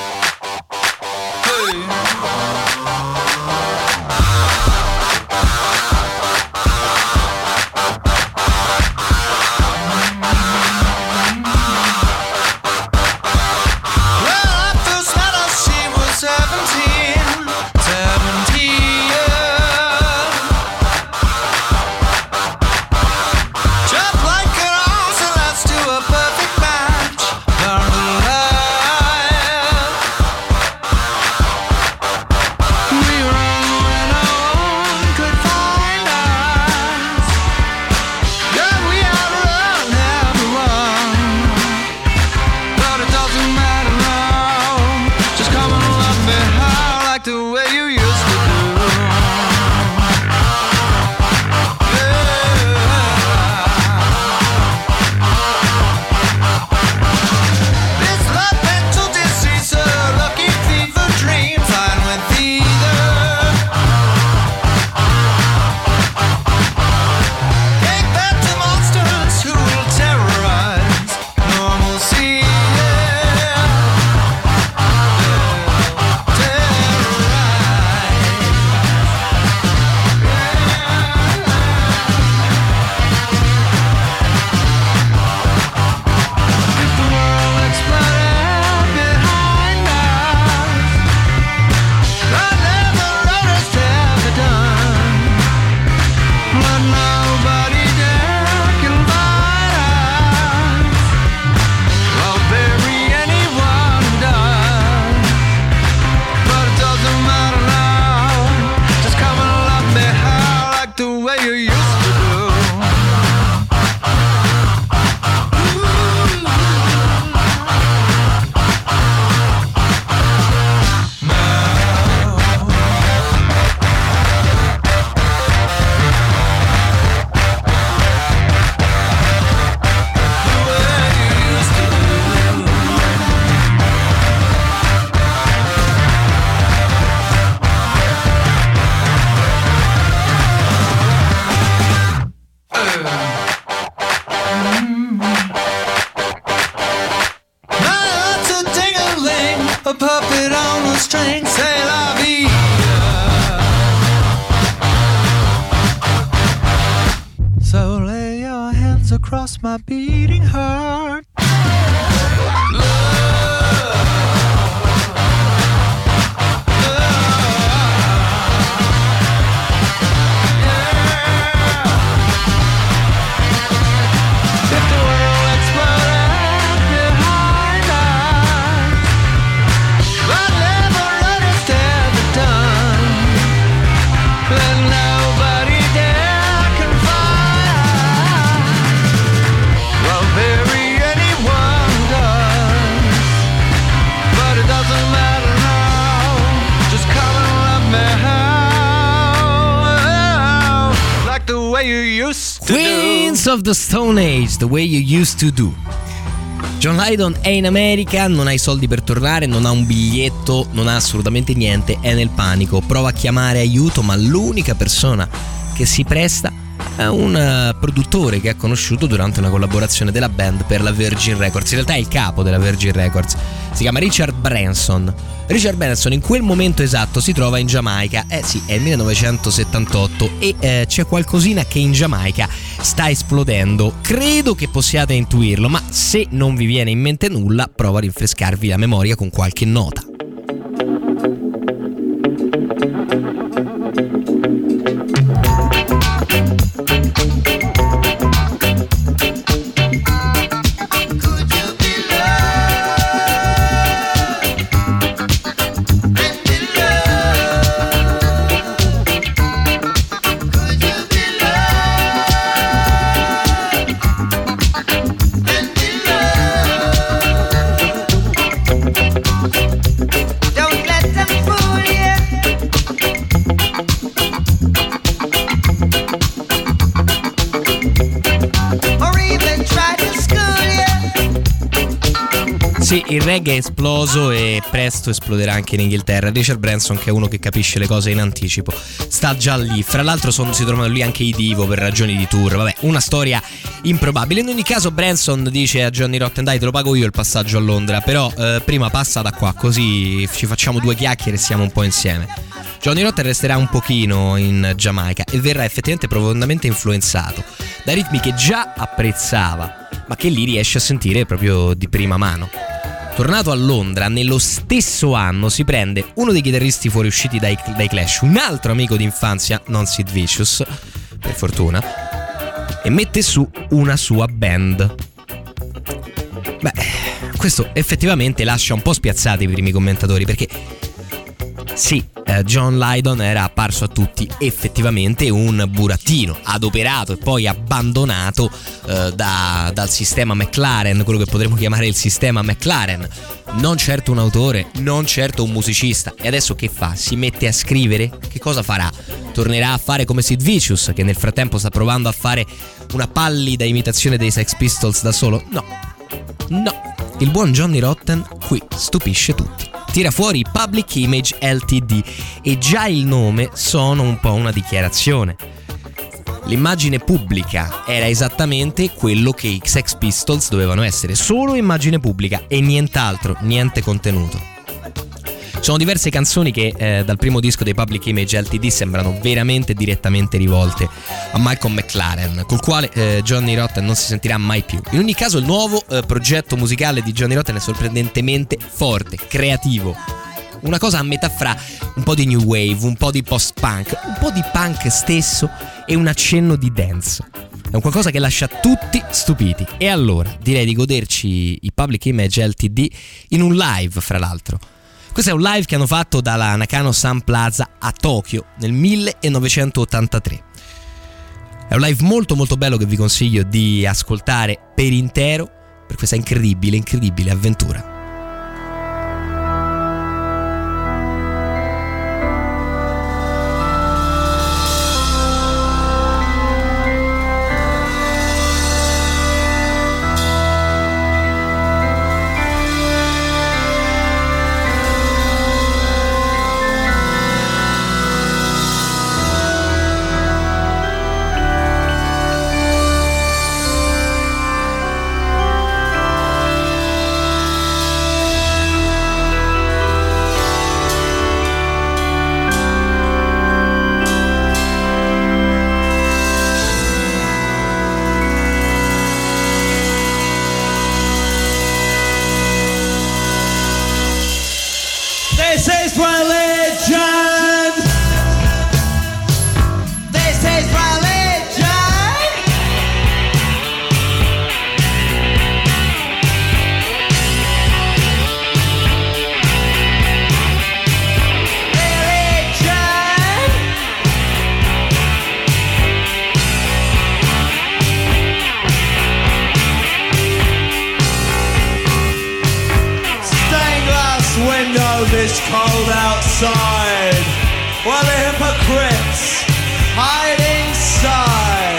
Across my beating heart. way you used to Queens do. of the Stone Age, the way you used to do. John Lydon è in America, non ha i soldi per tornare, non ha un biglietto, non ha assolutamente niente, è nel panico, prova a chiamare aiuto, ma l'unica persona che si presta è un produttore che ha conosciuto durante una collaborazione della band per la Virgin Records. In realtà è il capo della Virgin Records, si chiama Richard Branson. Richard Branson in quel momento esatto si trova in Giamaica, eh sì, è il millenovecentosettantotto e eh, c'è qualcosina che in Giamaica sta esplodendo. Credo che possiate intuirlo, ma se non vi viene in mente nulla, provo a rinfrescarvi la memoria con qualche nota. Sì, il reggae è esploso e presto esploderà anche in Inghilterra. Richard Branson, che è uno che capisce le cose in anticipo, sta già lì. Fra l'altro sono, si trovano lì anche i Divo per ragioni di tour. Vabbè, una storia improbabile. In ogni caso Branson dice a Johnny Rotten: dai, te lo pago io il passaggio a Londra, però eh, prima passa da qua, così ci facciamo due chiacchiere e stiamo un po' insieme. Johnny Rotten resterà un pochino in Giamaica e verrà effettivamente profondamente influenzato da ritmi che già apprezzava, ma che lì riesce a sentire proprio di prima mano. Tornato a Londra, nello stesso anno si prende uno dei chitarristi fuoriusciti dai, dai Clash, un altro amico d'infanzia, non Sid Vicious, per fortuna, e mette su una sua band. Beh, questo effettivamente lascia un po' spiazzati i primi commentatori, perché sì, eh, John Lydon era apparso a tutti effettivamente un burattino, adoperato e poi abbandonato eh, da, dal sistema McLaren, quello che potremmo chiamare il sistema McLaren. Non certo un autore, non certo un musicista. E adesso che fa? Si mette a scrivere? Che cosa farà? Tornerà a fare come Sid Vicious, che nel frattempo sta provando a fare una pallida imitazione dei Sex Pistols da solo? No, no. Il buon Johnny Rotten qui stupisce tutti. Tira fuori Public Image L T D e già il nome sono un po' una dichiarazione. L'immagine pubblica era esattamente quello che i Sex Pistols dovevano essere, solo immagine pubblica e nient'altro, niente contenuto. Sono diverse canzoni che eh, dal primo disco dei Public Image L T D sembrano veramente direttamente rivolte a Malcolm McLaren, col quale eh, Johnny Rotten non si sentirà mai più. In ogni caso il nuovo eh, progetto musicale di Johnny Rotten è sorprendentemente forte, creativo, una cosa a metà fra un po' di new wave, un po' di post-punk, un po' di punk stesso e un accenno di dance. È un qualcosa che lascia tutti stupiti. E allora direi di goderci i Public Image L T D in un live, fra l'altro. Questo è un live che hanno fatto dalla Nakano Sun Plaza a Tokyo nel millenovecentottantatré. È un live molto molto bello che vi consiglio di ascoltare per intero per questa incredibile, incredibile avventura. This is religion. This is religion. Religion. Stained glass windows, it's cold outside, while the hypocrites hide inside.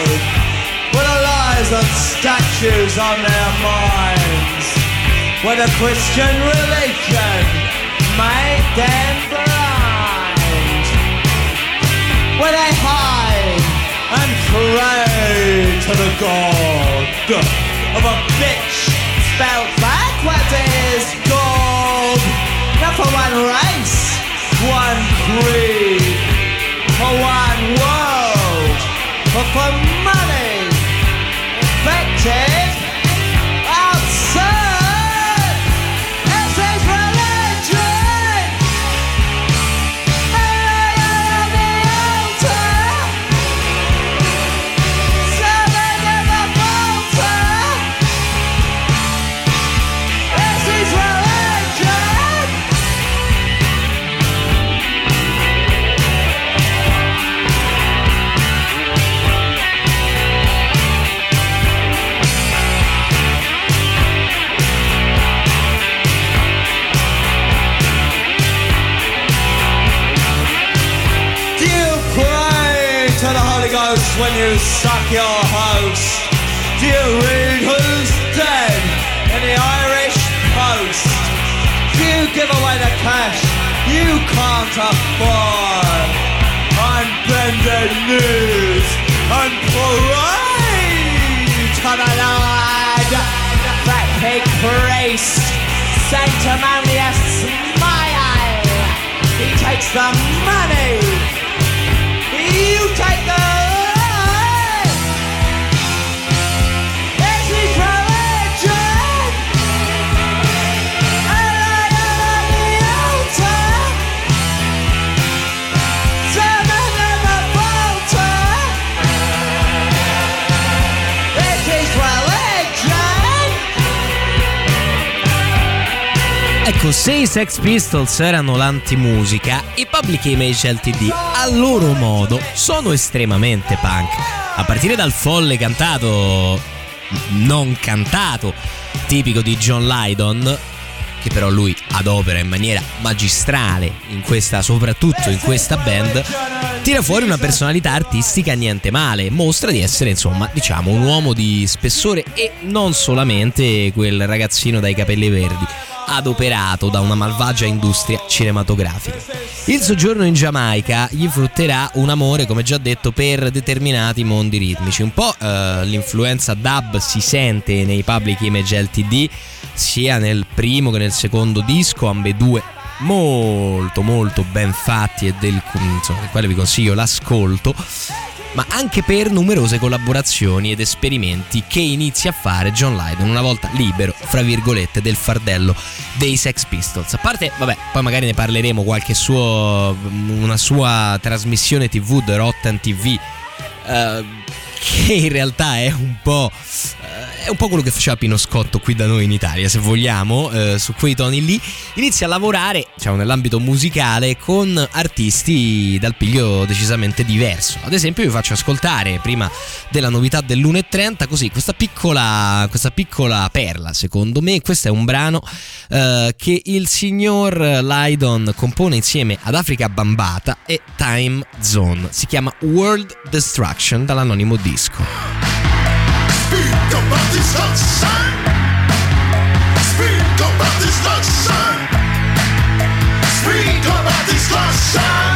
idols and statues on their minds, where the Christian religion made them blind, where they hide and pray to the god of a bitch spelled backwards is gold. Not for one race, one creed, for one world, but for money, effective, absurd. This is religion. On the altar, serving in the altar. This is religion. Do you pray to the Holy Ghost when you suck your host? Do you read who's dead in the Irish Post? Do you give away the cash you can't afford on bended knees and pray to the Lord? That pig priest, sanctimonious smile, he takes the money, you take the life. This is religion. I lie on the altar, serving in the altar. This is religion. Ecco, se i Sex Pistols erano l'antimusica, i Public Image L T D a loro modo sono estremamente punk, a partire dal folle cantato, non cantato, tipico di John Lydon, che però lui adopera in maniera magistrale in questa, soprattutto in questa band. Tira fuori una personalità artistica niente male, mostra di essere, insomma, diciamo, un uomo di spessore e non solamente quel ragazzino dai capelli verdi adoperato da una malvagia industria cinematografica. Il soggiorno in Giamaica gli frutterà un amore, come già detto, per determinati mondi ritmici. Un po' eh, l'influenza dub si sente nei Public Image L T D, sia nel primo che nel secondo disco, ambedue molto molto ben fatti e del, insomma, del quale vi consiglio l'ascolto, ma anche per numerose collaborazioni ed esperimenti che inizia a fare John Lydon una volta libero, fra virgolette, del fardello dei Sex Pistols. A parte, vabbè, poi magari ne parleremo, qualche suo, una sua trasmissione tivù, The Rotten T V, uh, che in realtà è un po' è un po' quello che faceva Pino Scotto qui da noi in Italia, se vogliamo, eh, su quei toni lì. Inizia a lavorare, diciamo, nell'ambito musicale con artisti dal piglio decisamente diverso. Ad esempio vi faccio ascoltare, prima della novità dell'uno e trenta, così questa piccola questa piccola perla, secondo me. Questo è un brano eh, che il signor Lydon compone insieme ad Africa Bambata e Time Zone. Si chiama World Destruction, dall'anonimo disco. Speak about destruction. Speak about destruction. Speak about destruction.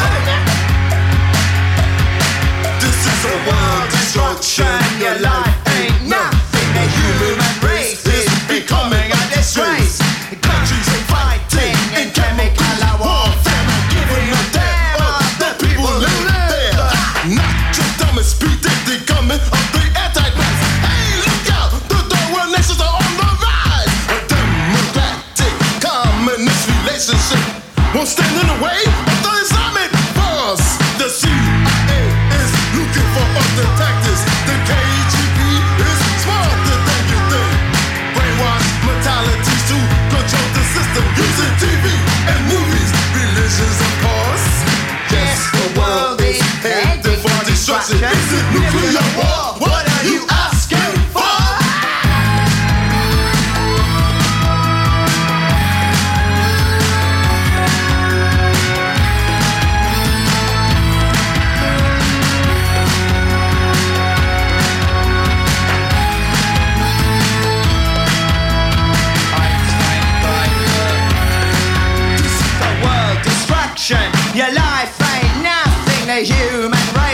This is a world destruction. Your life ain't nothing. The human race is becoming a disgrace. Countries are fighting in chemical warfare, not giving a damn of the people who live there. Not your dumbest predicted coming of the Antichrist. Nations are on the rise. A democratic communist relationship won't stand in the way of the Islamic force. The C I A is looking for other tactics. The K G B is smarter than you think. Brainwash mentalities to control the system using T V and movies. Religions, of course. Yes, the world is headed for destruction. Is it nuclear war? What are you asking for?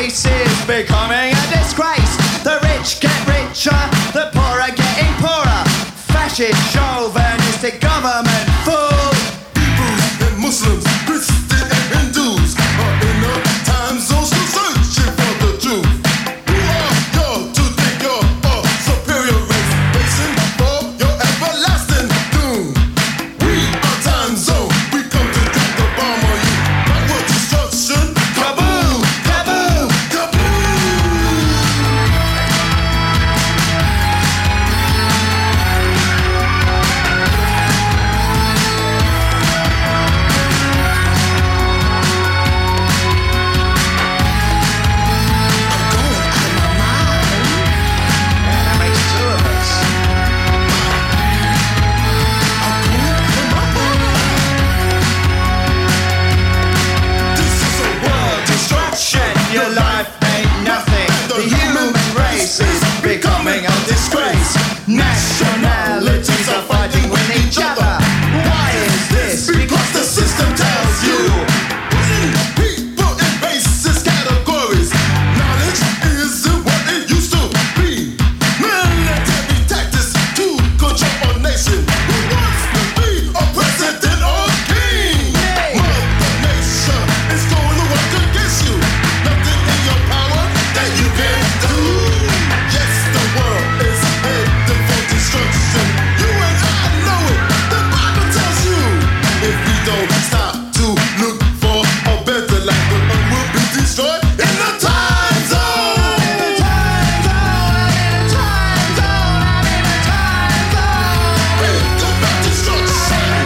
race is becoming a disgrace. The rich get richer, the poor are getting poorer. Fascist, chauvinistic government fool. Hebrews and Muslims, Christians and Hindus are in the time zone still searching for the truth. Who are you to think you're a superior race, racing for your everlasting doom? We are time zone, we come to drop the bomb on you. Backward destruction, kaboom, kaboom, kaboom. Your life ain't nothing. The human race is becoming a disgrace. Nationalities are fighting with each other. Why is this? Because the system tells you. People in racist categories. Knowledge isn't what it used to be. Military tactics to control a nation. Who wants to be a president or king? Mother Nation is going to work against you. Nothing in your power that you can do. Yes, the world is headed for destruction. You and I know it. The Bible tells you. If we don't stop to look for a better life, the earth will be destroyed in the time zone. Think about destruction.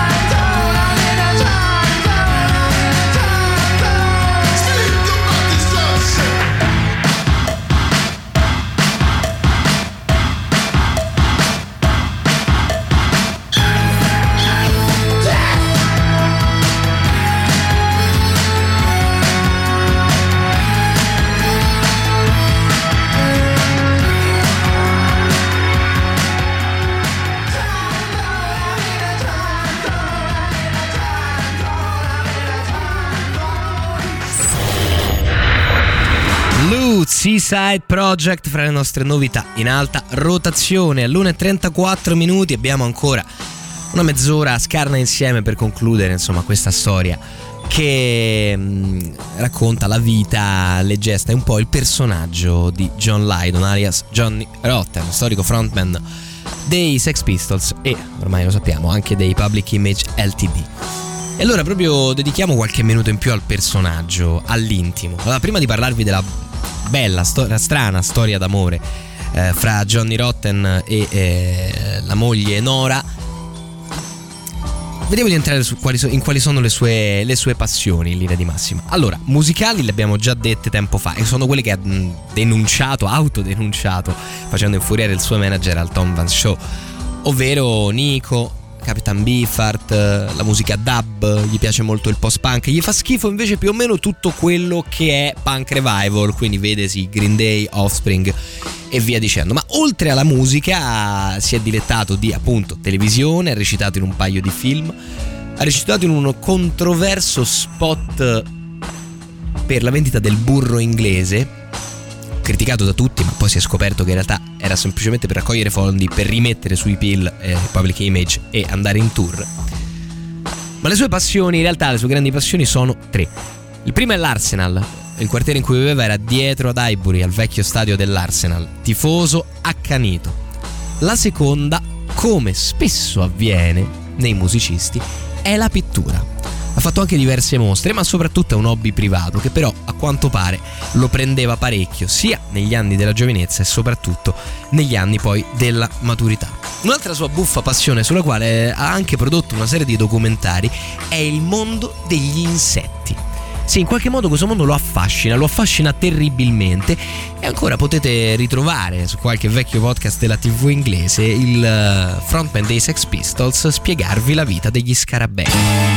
Speak about destruction. Blue Seaside Project fra le nostre novità in alta rotazione. All'una e trentaquattro minuti abbiamo ancora una mezz'ora scarna insieme per concludere insomma questa storia che mh, racconta la vita, le gesta e un po' il personaggio di John Lydon alias Johnny Rotten, storico frontman dei Sex Pistols e ormai lo sappiamo anche dei Public Image L T D. E allora proprio dedichiamo qualche minuto in più al personaggio, all'intimo. Allora, prima di parlarvi della bella, storia, strana storia d'amore eh, fra Johnny Rotten e eh, la moglie Nora, vediamo di entrare su quali so, in quali sono le sue, le sue passioni in linea di massima. Allora, musicali le abbiamo già dette tempo fa e sono quelle che ha denunciato, autodenunciato, facendo infuriare il suo manager al Tom Vance Show, ovvero Nico, Capitan Beefheart, la musica dub, gli piace molto il post-punk, gli fa schifo invece più o meno tutto quello che è punk revival, quindi vedesi Green Day, Offspring e via dicendo. Ma oltre alla musica si è dilettato di appunto televisione, ha recitato in un paio di film, ha recitato in un controverso spot per la vendita del burro inglese, criticato da tutti, ma poi si è scoperto che in realtà era semplicemente per raccogliere fondi per rimettere sui pill eh, Public Image e andare in tour. Ma le sue passioni, in realtà le sue grandi passioni sono tre. Il primo è l'Arsenal. Il quartiere in cui viveva era dietro ad Highbury, al vecchio stadio dell'Arsenal, tifoso accanito. La seconda, come spesso avviene nei musicisti, è la pittura. Ha fatto anche diverse mostre, ma soprattutto è un hobby privato che però a quanto pare lo prendeva parecchio, sia negli anni della giovinezza e soprattutto negli anni poi della maturità. Un'altra sua buffa passione, sulla quale ha anche prodotto una serie di documentari, è il mondo degli insetti. Sì, in qualche modo questo mondo lo affascina, lo affascina terribilmente e ancora potete ritrovare su qualche vecchio podcast della tivù inglese il frontman dei Sex Pistols spiegarvi la vita degli scarabei.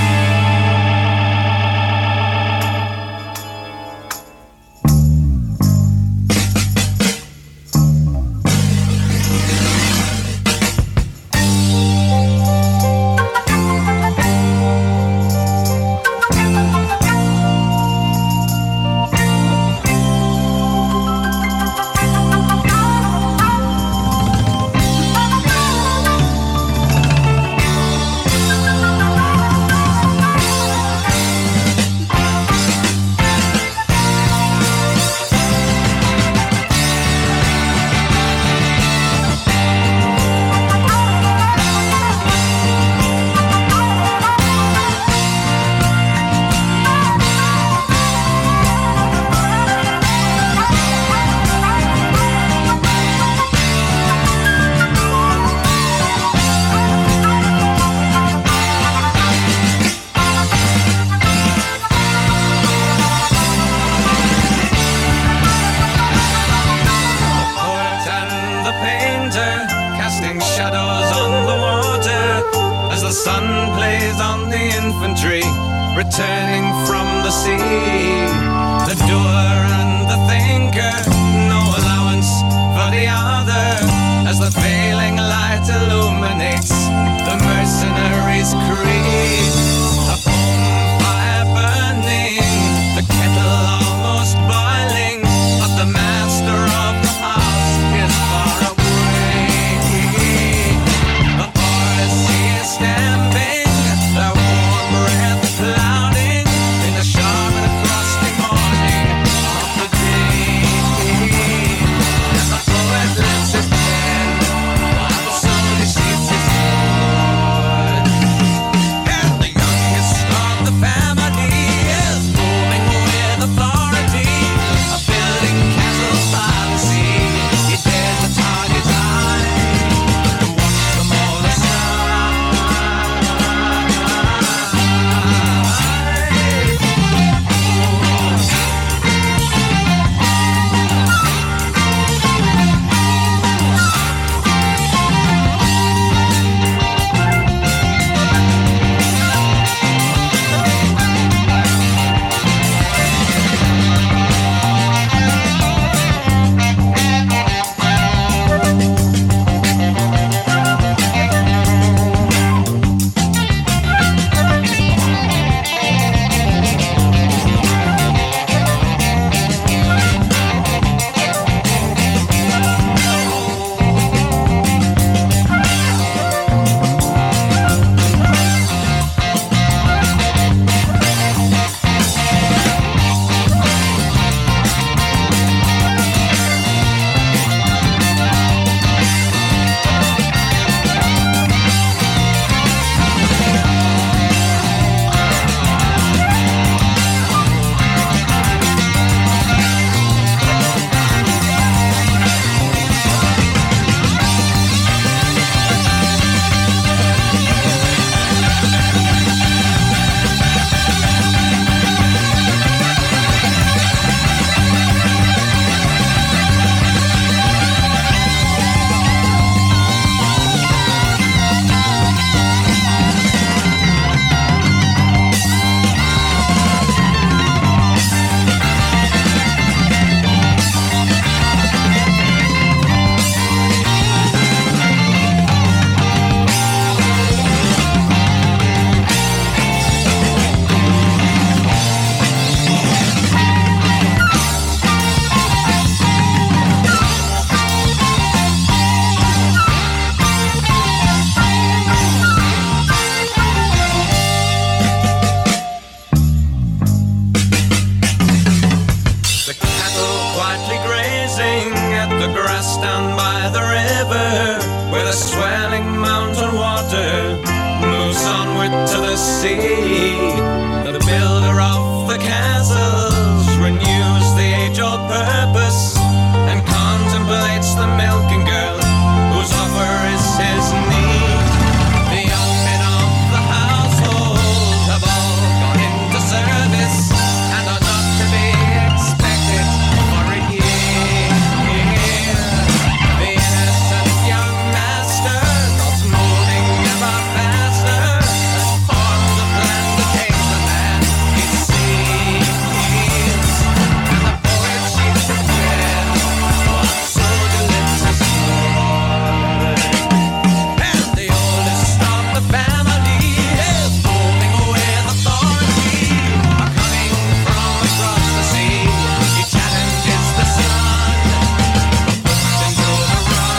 quietly grazing at the grass down by the river, where the swelling mountain water moves onward to the sea. The builder of the castles renews the age-old purpose and contemplates the milking girl whose offer is his need. The young men of the household have all gone into service and are not to be expected for a year. The innocent young master goes moving ever faster and forms a plan to take the man he sees. And the poet sheets the bed, one so delicious more. And the oldest of the family is moving away the authority, are coming from across the sea. He challenges the sun, pushed into the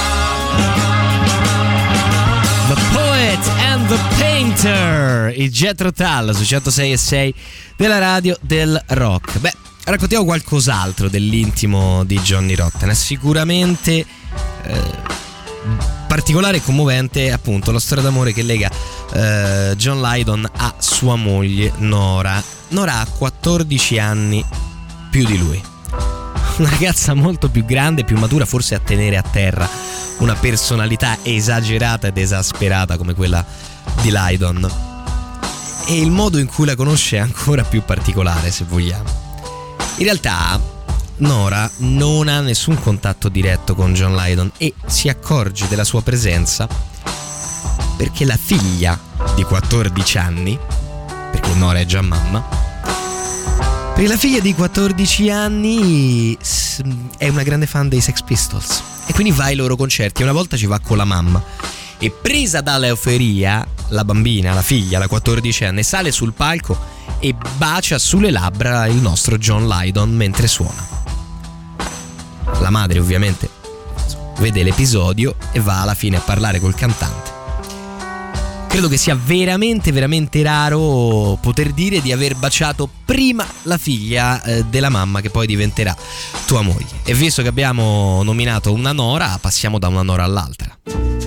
rock. The Poet and the Painter, il Jethro Tull su centosei e sei della radio del rock. Beh, raccontiamo qualcos'altro dell'intimo di Johnny Rotten. È sicuramente eh, particolare e commovente appunto la storia d'amore che lega eh, John Lydon a sua moglie Nora. Nora ha quattordici anni più di lui, una ragazza molto più grande, più matura, forse a tenere a terra una personalità esagerata ed esasperata come quella di Lydon. E il modo in cui la conosce è ancora più particolare, se vogliamo. In realtà Nora non ha nessun contatto diretto con John Lydon e si accorge della sua presenza perché la figlia di quattordici anni, perché Nora è già mamma, perché la figlia di quattordici anni è una grande fan dei Sex Pistols e quindi va ai loro concerti. Una volta ci va con la mamma e, presa dall'euforia, la bambina, la figlia, la quattordicenne, sale sul palco e bacia sulle labbra il nostro John Lydon mentre suona. La madre ovviamente vede l'episodio e va alla fine a parlare col cantante. Credo che sia veramente veramente raro poter dire di aver baciato prima la figlia eh, della mamma che poi diventerà tua moglie. E visto che abbiamo nominato una Nora, passiamo da una Nora all'altra.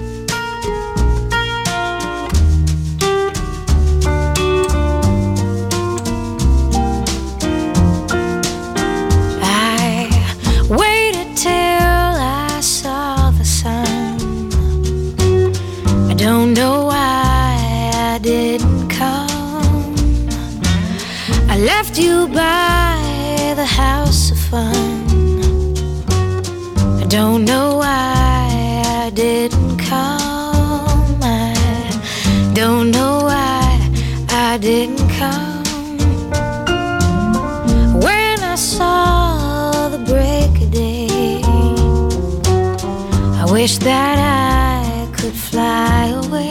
I waited till I saw the sun. I don't know why I didn't come. I left you by the house of fun. I don't know why I didn't come. I don't know why I didn't come. When I saw the break of day, I wish that I could fly away.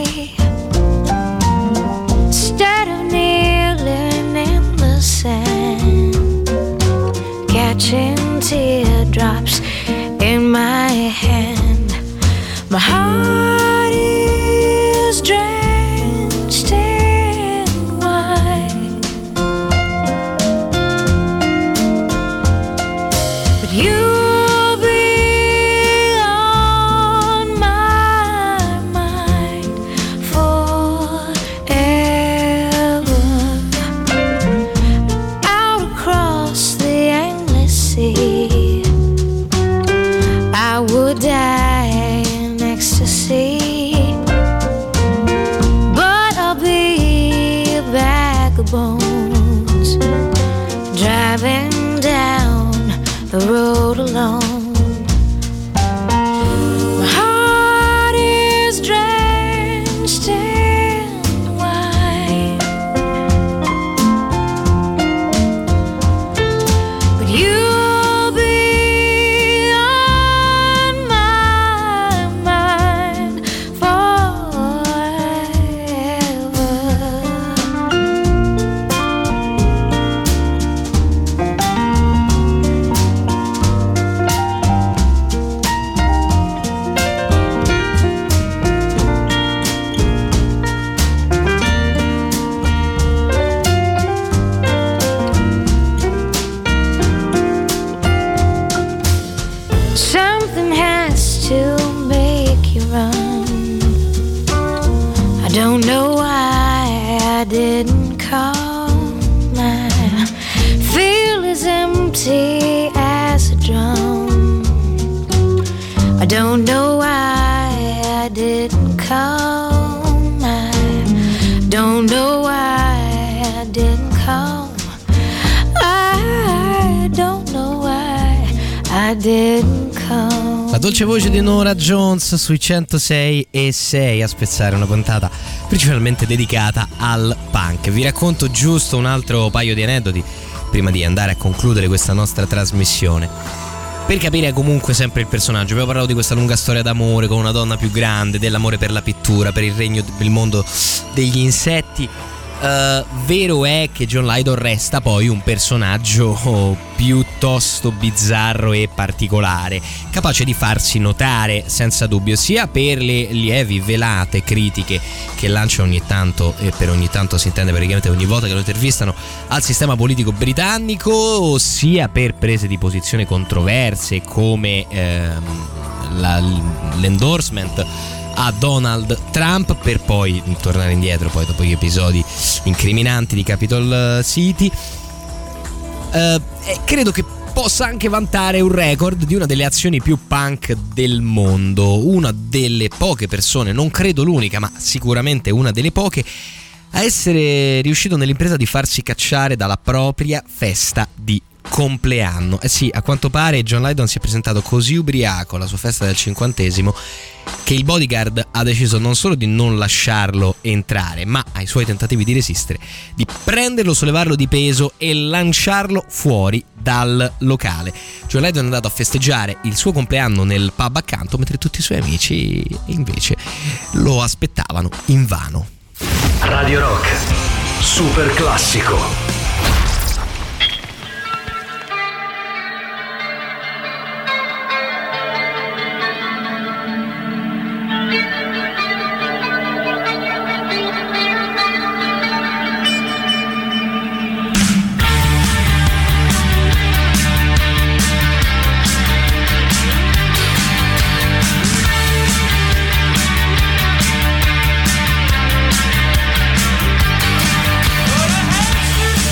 Instead of kneeling in the sand, catching teardrops in my hand, my heart is drenched in wine. But you'll be on my mind forever. Out across the endless sea, I would die in ecstasy, but I'll be a bag of bones, driving down the road alone. My heart is drenched in wine, but you'll be on my mind forever. Something has to make you run. I don't know why I didn't call. My feel as empty as a drum. I don't know why I didn't call. I don't know why I didn't call. I don't know why I didn't call. La dolce voce di Norah Jones sui centosei e sei a spezzare una puntata principalmente dedicata al punk. Vi racconto giusto un altro paio di aneddoti prima di andare a concludere questa nostra trasmissione, per capire comunque sempre il personaggio. Abbiamo parlato di questa lunga storia d'amore con una donna più grande, dell'amore per la pittura, per il regno, per il mondo degli insetti. Uh, vero è che John Lydon resta poi un personaggio piuttosto bizzarro e particolare, capace di farsi notare senza dubbio, sia per le lievi velate critiche che lancia ogni tanto, e per ogni tanto si intende praticamente ogni volta che lo intervistano, al sistema politico britannico, sia per prese di posizione controverse come ehm, la, l'endorsement a Donald Trump, per poi tornare indietro poi dopo gli episodi incriminanti di Capitol City. Uh, e credo che possa anche vantare un record di una delle azioni più punk del mondo, una delle poche persone, non credo l'unica, ma sicuramente una delle poche, a essere riuscito nell'impresa di farsi cacciare dalla propria festa di compleanno. Eh sì, a quanto pare John Lydon si è presentato così ubriaco alla sua festa del cinquantesimo che il bodyguard ha deciso non solo di non lasciarlo entrare, ma ai suoi tentativi di resistere, di prenderlo, sollevarlo di peso e lanciarlo fuori dal locale. John Lydon è andato a festeggiare il suo compleanno nel pub accanto, mentre tutti i suoi amici invece lo aspettavano invano. Radio Rock, super classico. Well, I had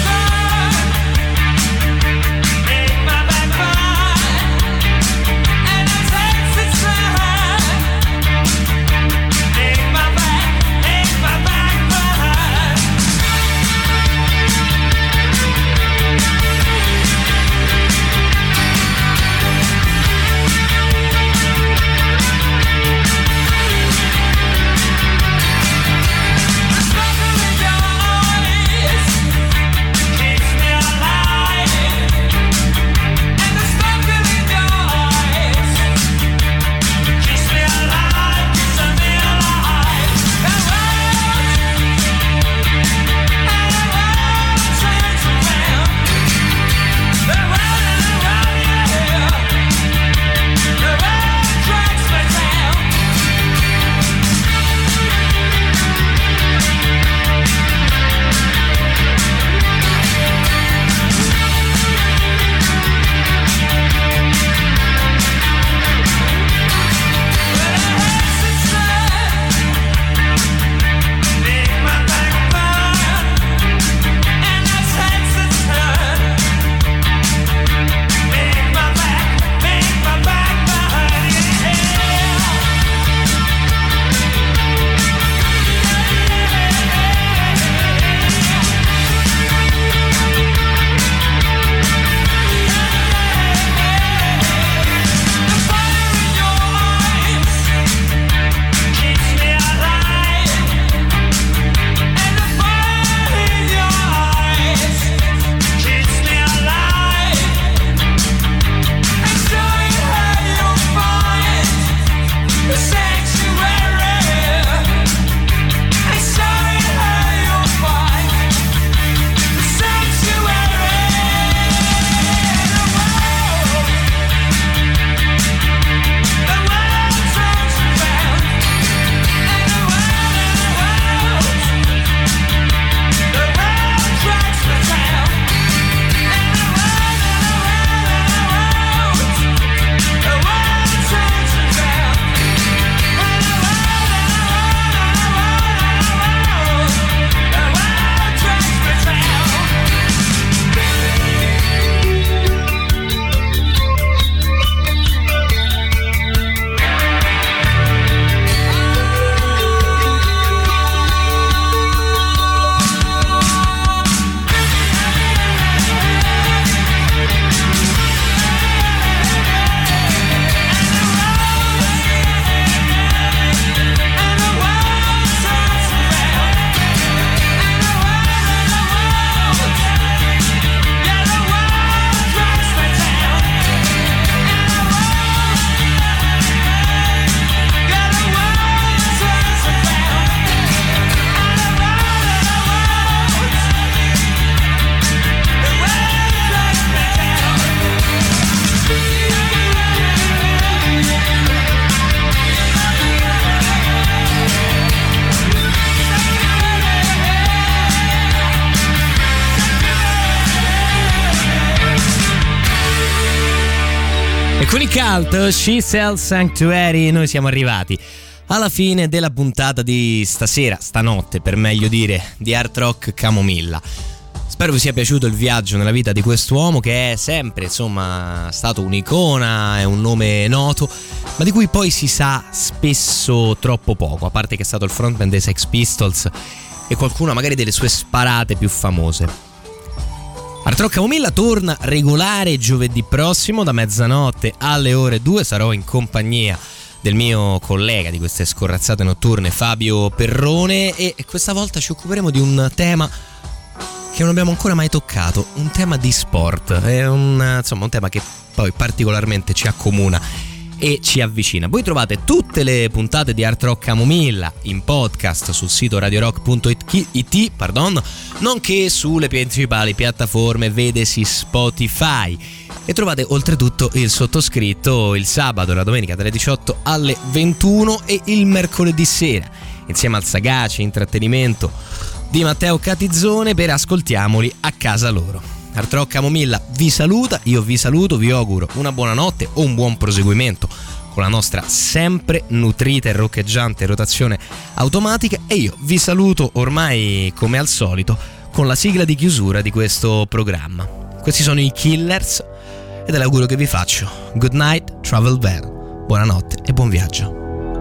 E con i Cult, She Sells Sanctuary, noi siamo arrivati alla fine della puntata di stasera, stanotte per meglio dire, di Art Rock Camomilla. Spero vi sia piaciuto il viaggio nella vita di quest'uomo che è sempre, insomma, stato un'icona, è un nome noto, ma di cui poi si sa spesso troppo poco, a parte che è stato il frontman dei Sex Pistols e qualcuna magari delle sue sparate più famose. Art Rock Camomilla torna regolare giovedì prossimo da mezzanotte alle ore due, sarò in compagnia del mio collega di queste scorrazzate notturne Fabio Perrone e questa volta ci occuperemo di un tema che non abbiamo ancora mai toccato, un tema di sport, è un, insomma, un tema che poi particolarmente ci accomuna e ci avvicina. Voi trovate tutte le puntate di Art Rock Camomilla in podcast sul sito radiorock punto it, pardon, nonché sulle principali piattaforme, vedesi Spotify. E trovate oltretutto il sottoscritto il sabato e la domenica dalle diciotto alle ventuno e il mercoledì sera, insieme al sagace intrattenimento di Matteo Catizzone per Ascoltiamoli a casa loro. Art Rock Camomilla vi saluta, io vi saluto, vi auguro una buona notte o un buon proseguimento con la nostra sempre nutrita e roccheggiante rotazione automatica e io vi saluto ormai come al solito con la sigla di chiusura di questo programma. Questi sono i Killers ed è l'augurio che vi faccio. Good night, travel well, buonanotte e buon viaggio.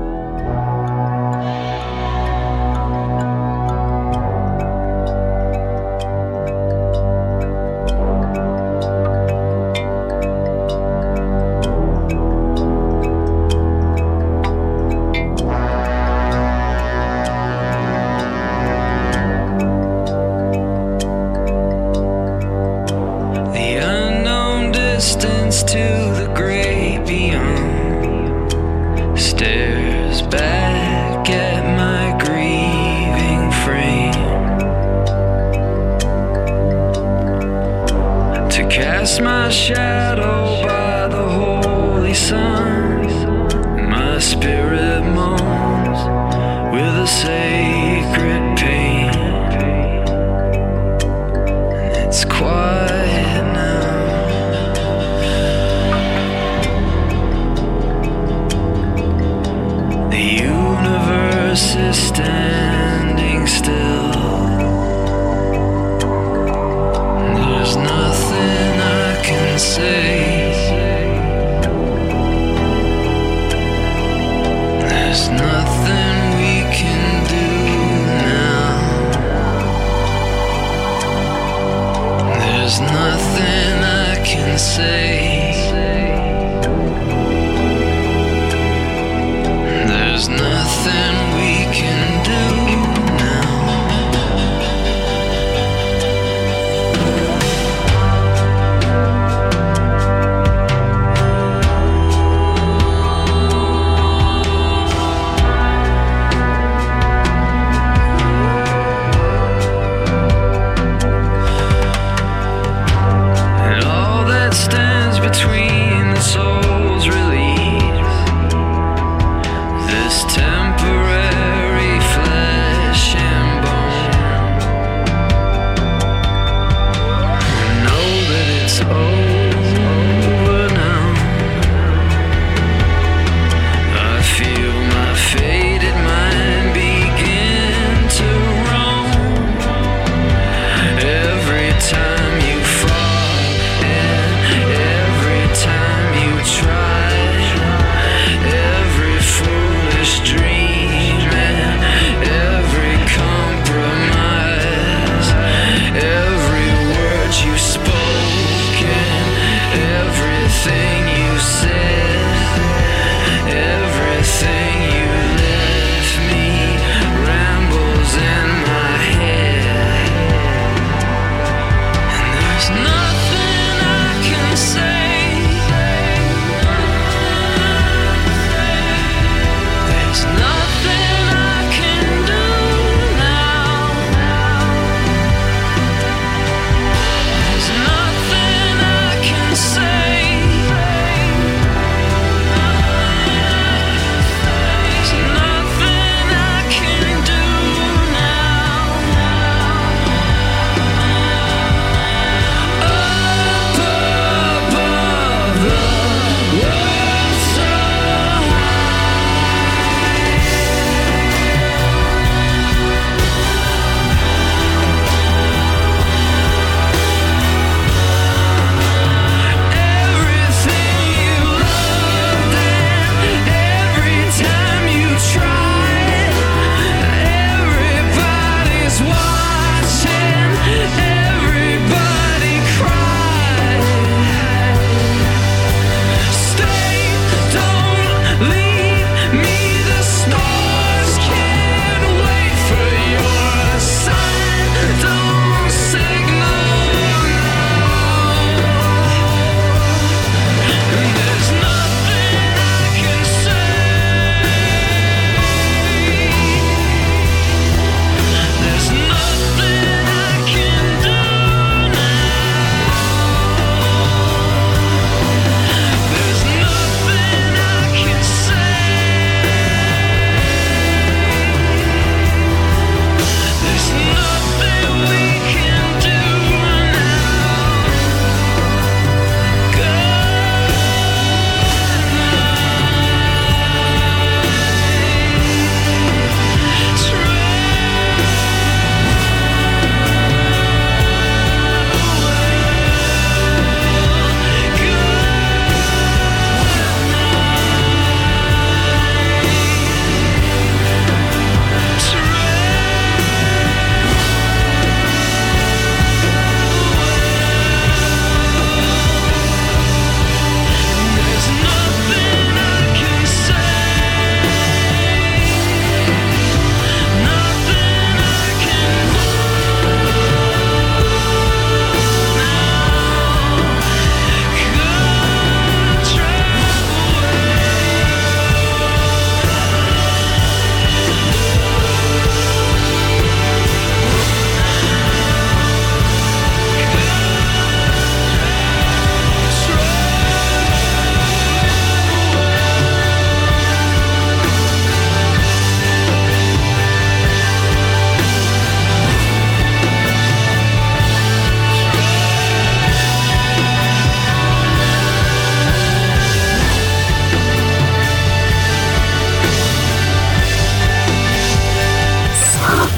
My shadow by the holy sun, my spirit moans with a sacred pain, and it's quiet now. The universe is standing still. There's nothing I can say. There's nothing we can do now. There's nothing I can say. There's nothing we can do now. Stands between the soul's release, this temporary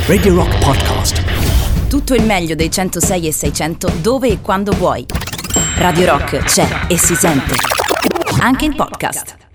Radio Rock Podcast. Tutto il meglio dei centosei e seicento dove e quando vuoi. Radio Rock c'è e si sente. Anche in podcast.